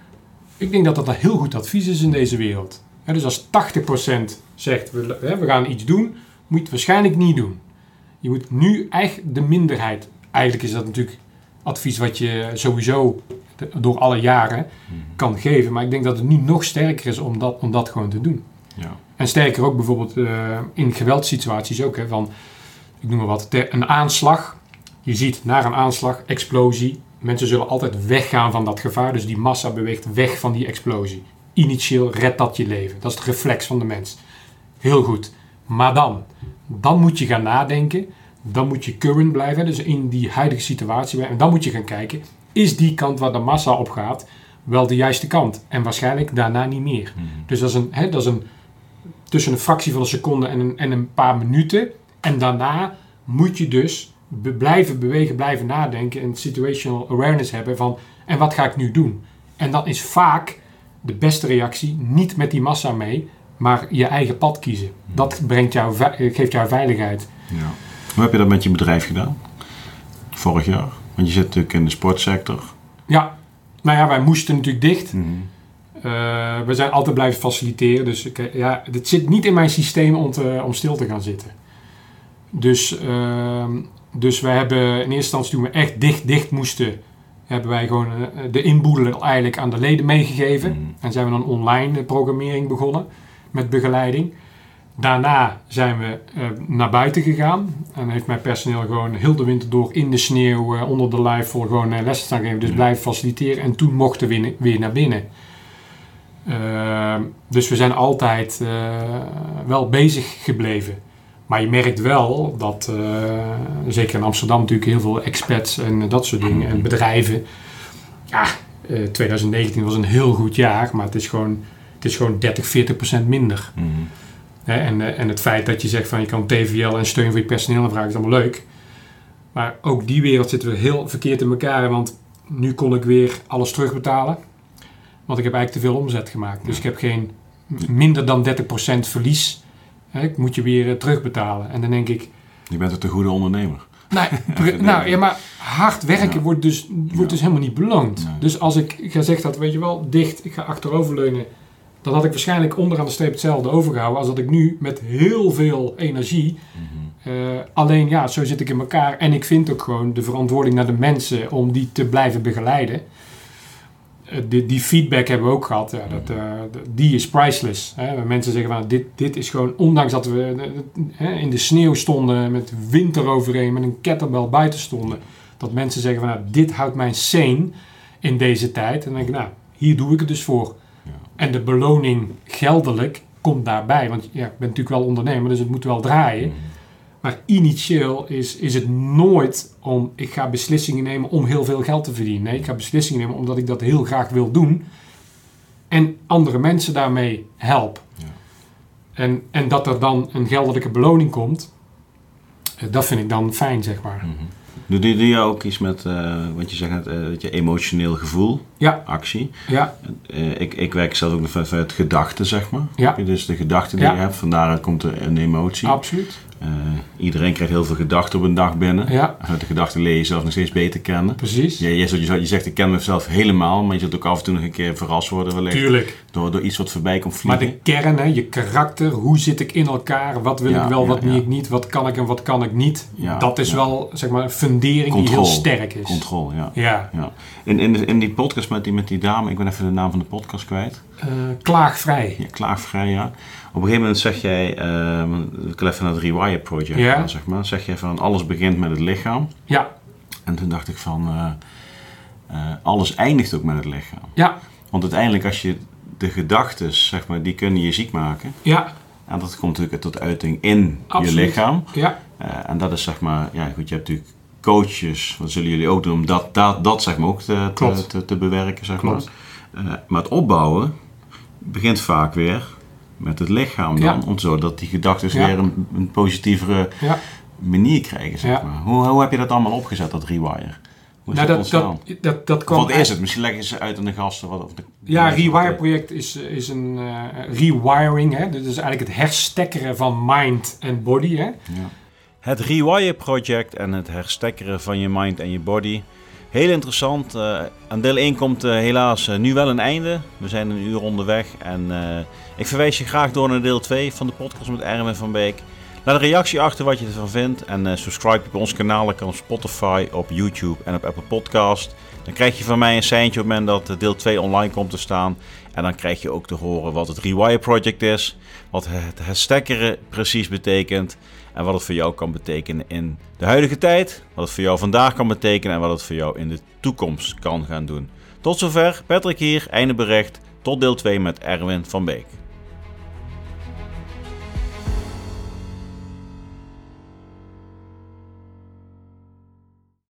Ik denk dat dat een heel goed advies is in deze wereld. Ja, dus als tachtig procent zegt, we, we gaan iets doen, moet je het waarschijnlijk niet doen. Je moet nu echt de minderheid, eigenlijk is dat natuurlijk advies wat je sowieso door alle jaren mm. kan geven. Maar ik denk dat het nu nog sterker is om dat, om dat gewoon te doen. Ja. En sterker ook bijvoorbeeld uh, in geweldssituaties ook. Hè, van, ik noem maar wat, een aanslag. Je ziet naar een aanslag, explosie. Mensen zullen altijd weggaan van dat gevaar. Dus die massa beweegt weg van die explosie. initieel redt dat je leven. Dat is het reflex van de mens. Heel goed. Maar dan, dan moet je gaan nadenken. Dan moet je current blijven, dus in die huidige situatie blijven. En dan moet je gaan kijken, is die kant waar de massa op gaat wel de juiste kant? En waarschijnlijk daarna niet meer. Mm-hmm. Dus dat is, een, hè, dat is een tussen een fractie van een seconde en een, en een paar minuten. En daarna moet je dus be- blijven bewegen, blijven nadenken en situational awareness hebben van, en wat ga ik nu doen? En dan is vaak de beste reactie niet met die massa mee, maar je eigen pad kiezen. Dat brengt jou, geeft jou veiligheid. Ja. Hoe heb je dat met je bedrijf gedaan? Vorig jaar? Want je zit natuurlijk in de sportsector. Ja, nou ja, wij moesten natuurlijk dicht. Mm-hmm. Uh, we zijn altijd blijven faciliteren. Dus ik, ja, het zit niet in mijn systeem om, te, om stil te gaan zitten. Dus, uh, dus wij hebben in eerste instantie, toen we echt dicht, dicht moesten, hebben wij gewoon uh, de inboedelen eigenlijk aan de leden meegegeven. Mm-hmm. En zijn we dan online programmering begonnen met begeleiding. Daarna zijn we uh, naar buiten gegaan. En heeft mijn personeel gewoon heel de winter door in de sneeuw, uh, onder de lijfvol, gewoon uh, lessen staan geven. Dus blijven faciliteren. En toen mochten we weer naar binnen. Uh, dus we zijn altijd uh, wel bezig gebleven. Maar je merkt wel dat, uh, zeker in Amsterdam natuurlijk, heel veel expats en dat soort dingen. En bedrijven. Ja, uh, twintig negentien was een heel goed jaar. Maar het is gewoon, het is gewoon dertig, veertig procent minder. Mm-hmm. He, en, en het feit dat je zegt van je kan T V L en steun voor je personeel aanvragen is allemaal leuk. Maar ook die wereld zit weer heel verkeerd in elkaar. Want nu kon ik weer alles terugbetalen. Want ik heb eigenlijk te veel omzet gemaakt. Dus ik heb geen minder dan dertig procent verlies. He, ik moet je weer uh, terugbetalen. En dan denk ik... Je bent een te goede ondernemer. Nou, pre- nou ja, maar hard werken ja. wordt, dus, wordt ja. dus helemaal niet beloond. Nee. Dus als ik ga zeggen dat, weet je wel, dicht, ik ga achteroverleunen. Dan had ik waarschijnlijk onderaan de streep hetzelfde overgehouden als dat ik nu met heel veel energie... Mm-hmm. Uh, alleen ja, zo zit ik in elkaar. En ik vind ook gewoon de verantwoording naar de mensen om die te blijven begeleiden. Uh, die, die feedback hebben we ook gehad. Ja, dat, uh, die is priceless. Hè. Mensen zeggen van dit, dit is gewoon, ondanks dat we uh, in de sneeuw stonden, met wind eroverheen, met een kettlebell buiten stonden. Dat mensen zeggen van nou, dit houdt mij sane in deze tijd. En dan denk ik, nou, hier doe ik het dus voor. Ja. En de beloning geldelijk komt daarbij. Want ja, ik ben natuurlijk wel ondernemer, dus het moet wel draaien. Mm. Maar initieel is, is het nooit om, ik ga beslissingen nemen om heel veel geld te verdienen. Nee, ik ga beslissingen nemen omdat ik dat heel graag wil doen. En andere mensen daarmee help. Ja. En, en dat er dan een geldelijke beloning komt, dat vind ik dan fijn, zeg maar. Mm-hmm. Doe, doe je ook iets met, uh, wat je zegt, uh, dat je emotioneel gevoel, ja. actie. Ja. Uh, ik, ik werk zelf ook vanuit gedachten, zeg maar. Ja. Dus de gedachten die ja. je hebt, van daaruit komt er een emotie. Absoluut. Uh, iedereen krijgt heel veel gedachten op een dag binnen. Ja. Uit de gedachten leer je jezelf nog steeds beter kennen. Precies. Je, je, je, je zegt, ik ken mezelf helemaal, maar je zult ook af en toe nog een keer verrast worden. Wellicht, Tuurlijk. Door, door iets wat voorbij komt vliegen. Maar de kern, hè, je karakter, hoe zit ik in elkaar, wat wil ja, ik wel, wat ja, ja. ik niet, wat kan ik en wat kan ik niet. Ja, dat is ja. wel, zeg maar, een fundering Control. die heel sterk is. Controle, ja. ja. ja. In, in, de, in die podcast met die, met die dame, ik ben even de naam van de podcast kwijt. Uh, klaagvrij. Ja, klaagvrij, ja. Op een gegeven moment zeg jij, uh, ik wil even naar het Rewire Project ja. gaan, zeg maar. Zeg jij van, alles begint met het lichaam. Ja. En toen dacht ik van, uh, uh, alles eindigt ook met het lichaam. Ja. Want uiteindelijk als je de gedachten, zeg maar, die kunnen je ziek maken. Ja. En dat komt natuurlijk tot uiting in Absoluut. je lichaam. Ja. Uh, en dat is zeg maar, ja goed, je hebt natuurlijk coaches, wat zullen jullie ook doen om dat, dat, dat zeg maar ook te, te, te, te bewerken, zeg Klopt. maar. Uh, maar het opbouwen begint vaak weer met het lichaam dan, ja. om zodat die gedachten ja. weer een, een positievere ja. manier krijgen, zeg ja. maar. Hoe, hoe heb je dat allemaal opgezet, dat Rewire? Hoe is nou, dat, dat, dat, dat, dat kwam wat is het? Misschien leggen ze uit aan de gasten. Wat, of de, ja, Rewire project is, is een uh, rewiring. Hè? Dit is eigenlijk het herstekkeren van mind en body. Hè? Ja. Het Rewire project en het herstekkeren van je mind en je body. Heel interessant. Uh, aan deel één komt uh, helaas uh, nu wel een einde. We zijn een uur onderweg. En uh, ik verwijs je graag door naar deel twee van de podcast met Erwin van Beek. Laat een reactie achter wat je ervan vindt. En uh, subscribe op ons kanaal. Dat kan op Spotify, op YouTube en op Apple Podcast. Dan krijg je van mij een seintje op het moment dat deel twee online komt te staan. En dan krijg je ook te horen wat het Rewire Project is. Wat het herstekkeren precies betekent. En wat het voor jou kan betekenen in de huidige tijd. Wat het voor jou vandaag kan betekenen. En wat het voor jou in de toekomst kan gaan doen. Tot zover. Patrick hier. Einde bericht. Tot tot deel twee met Erwin van Beek.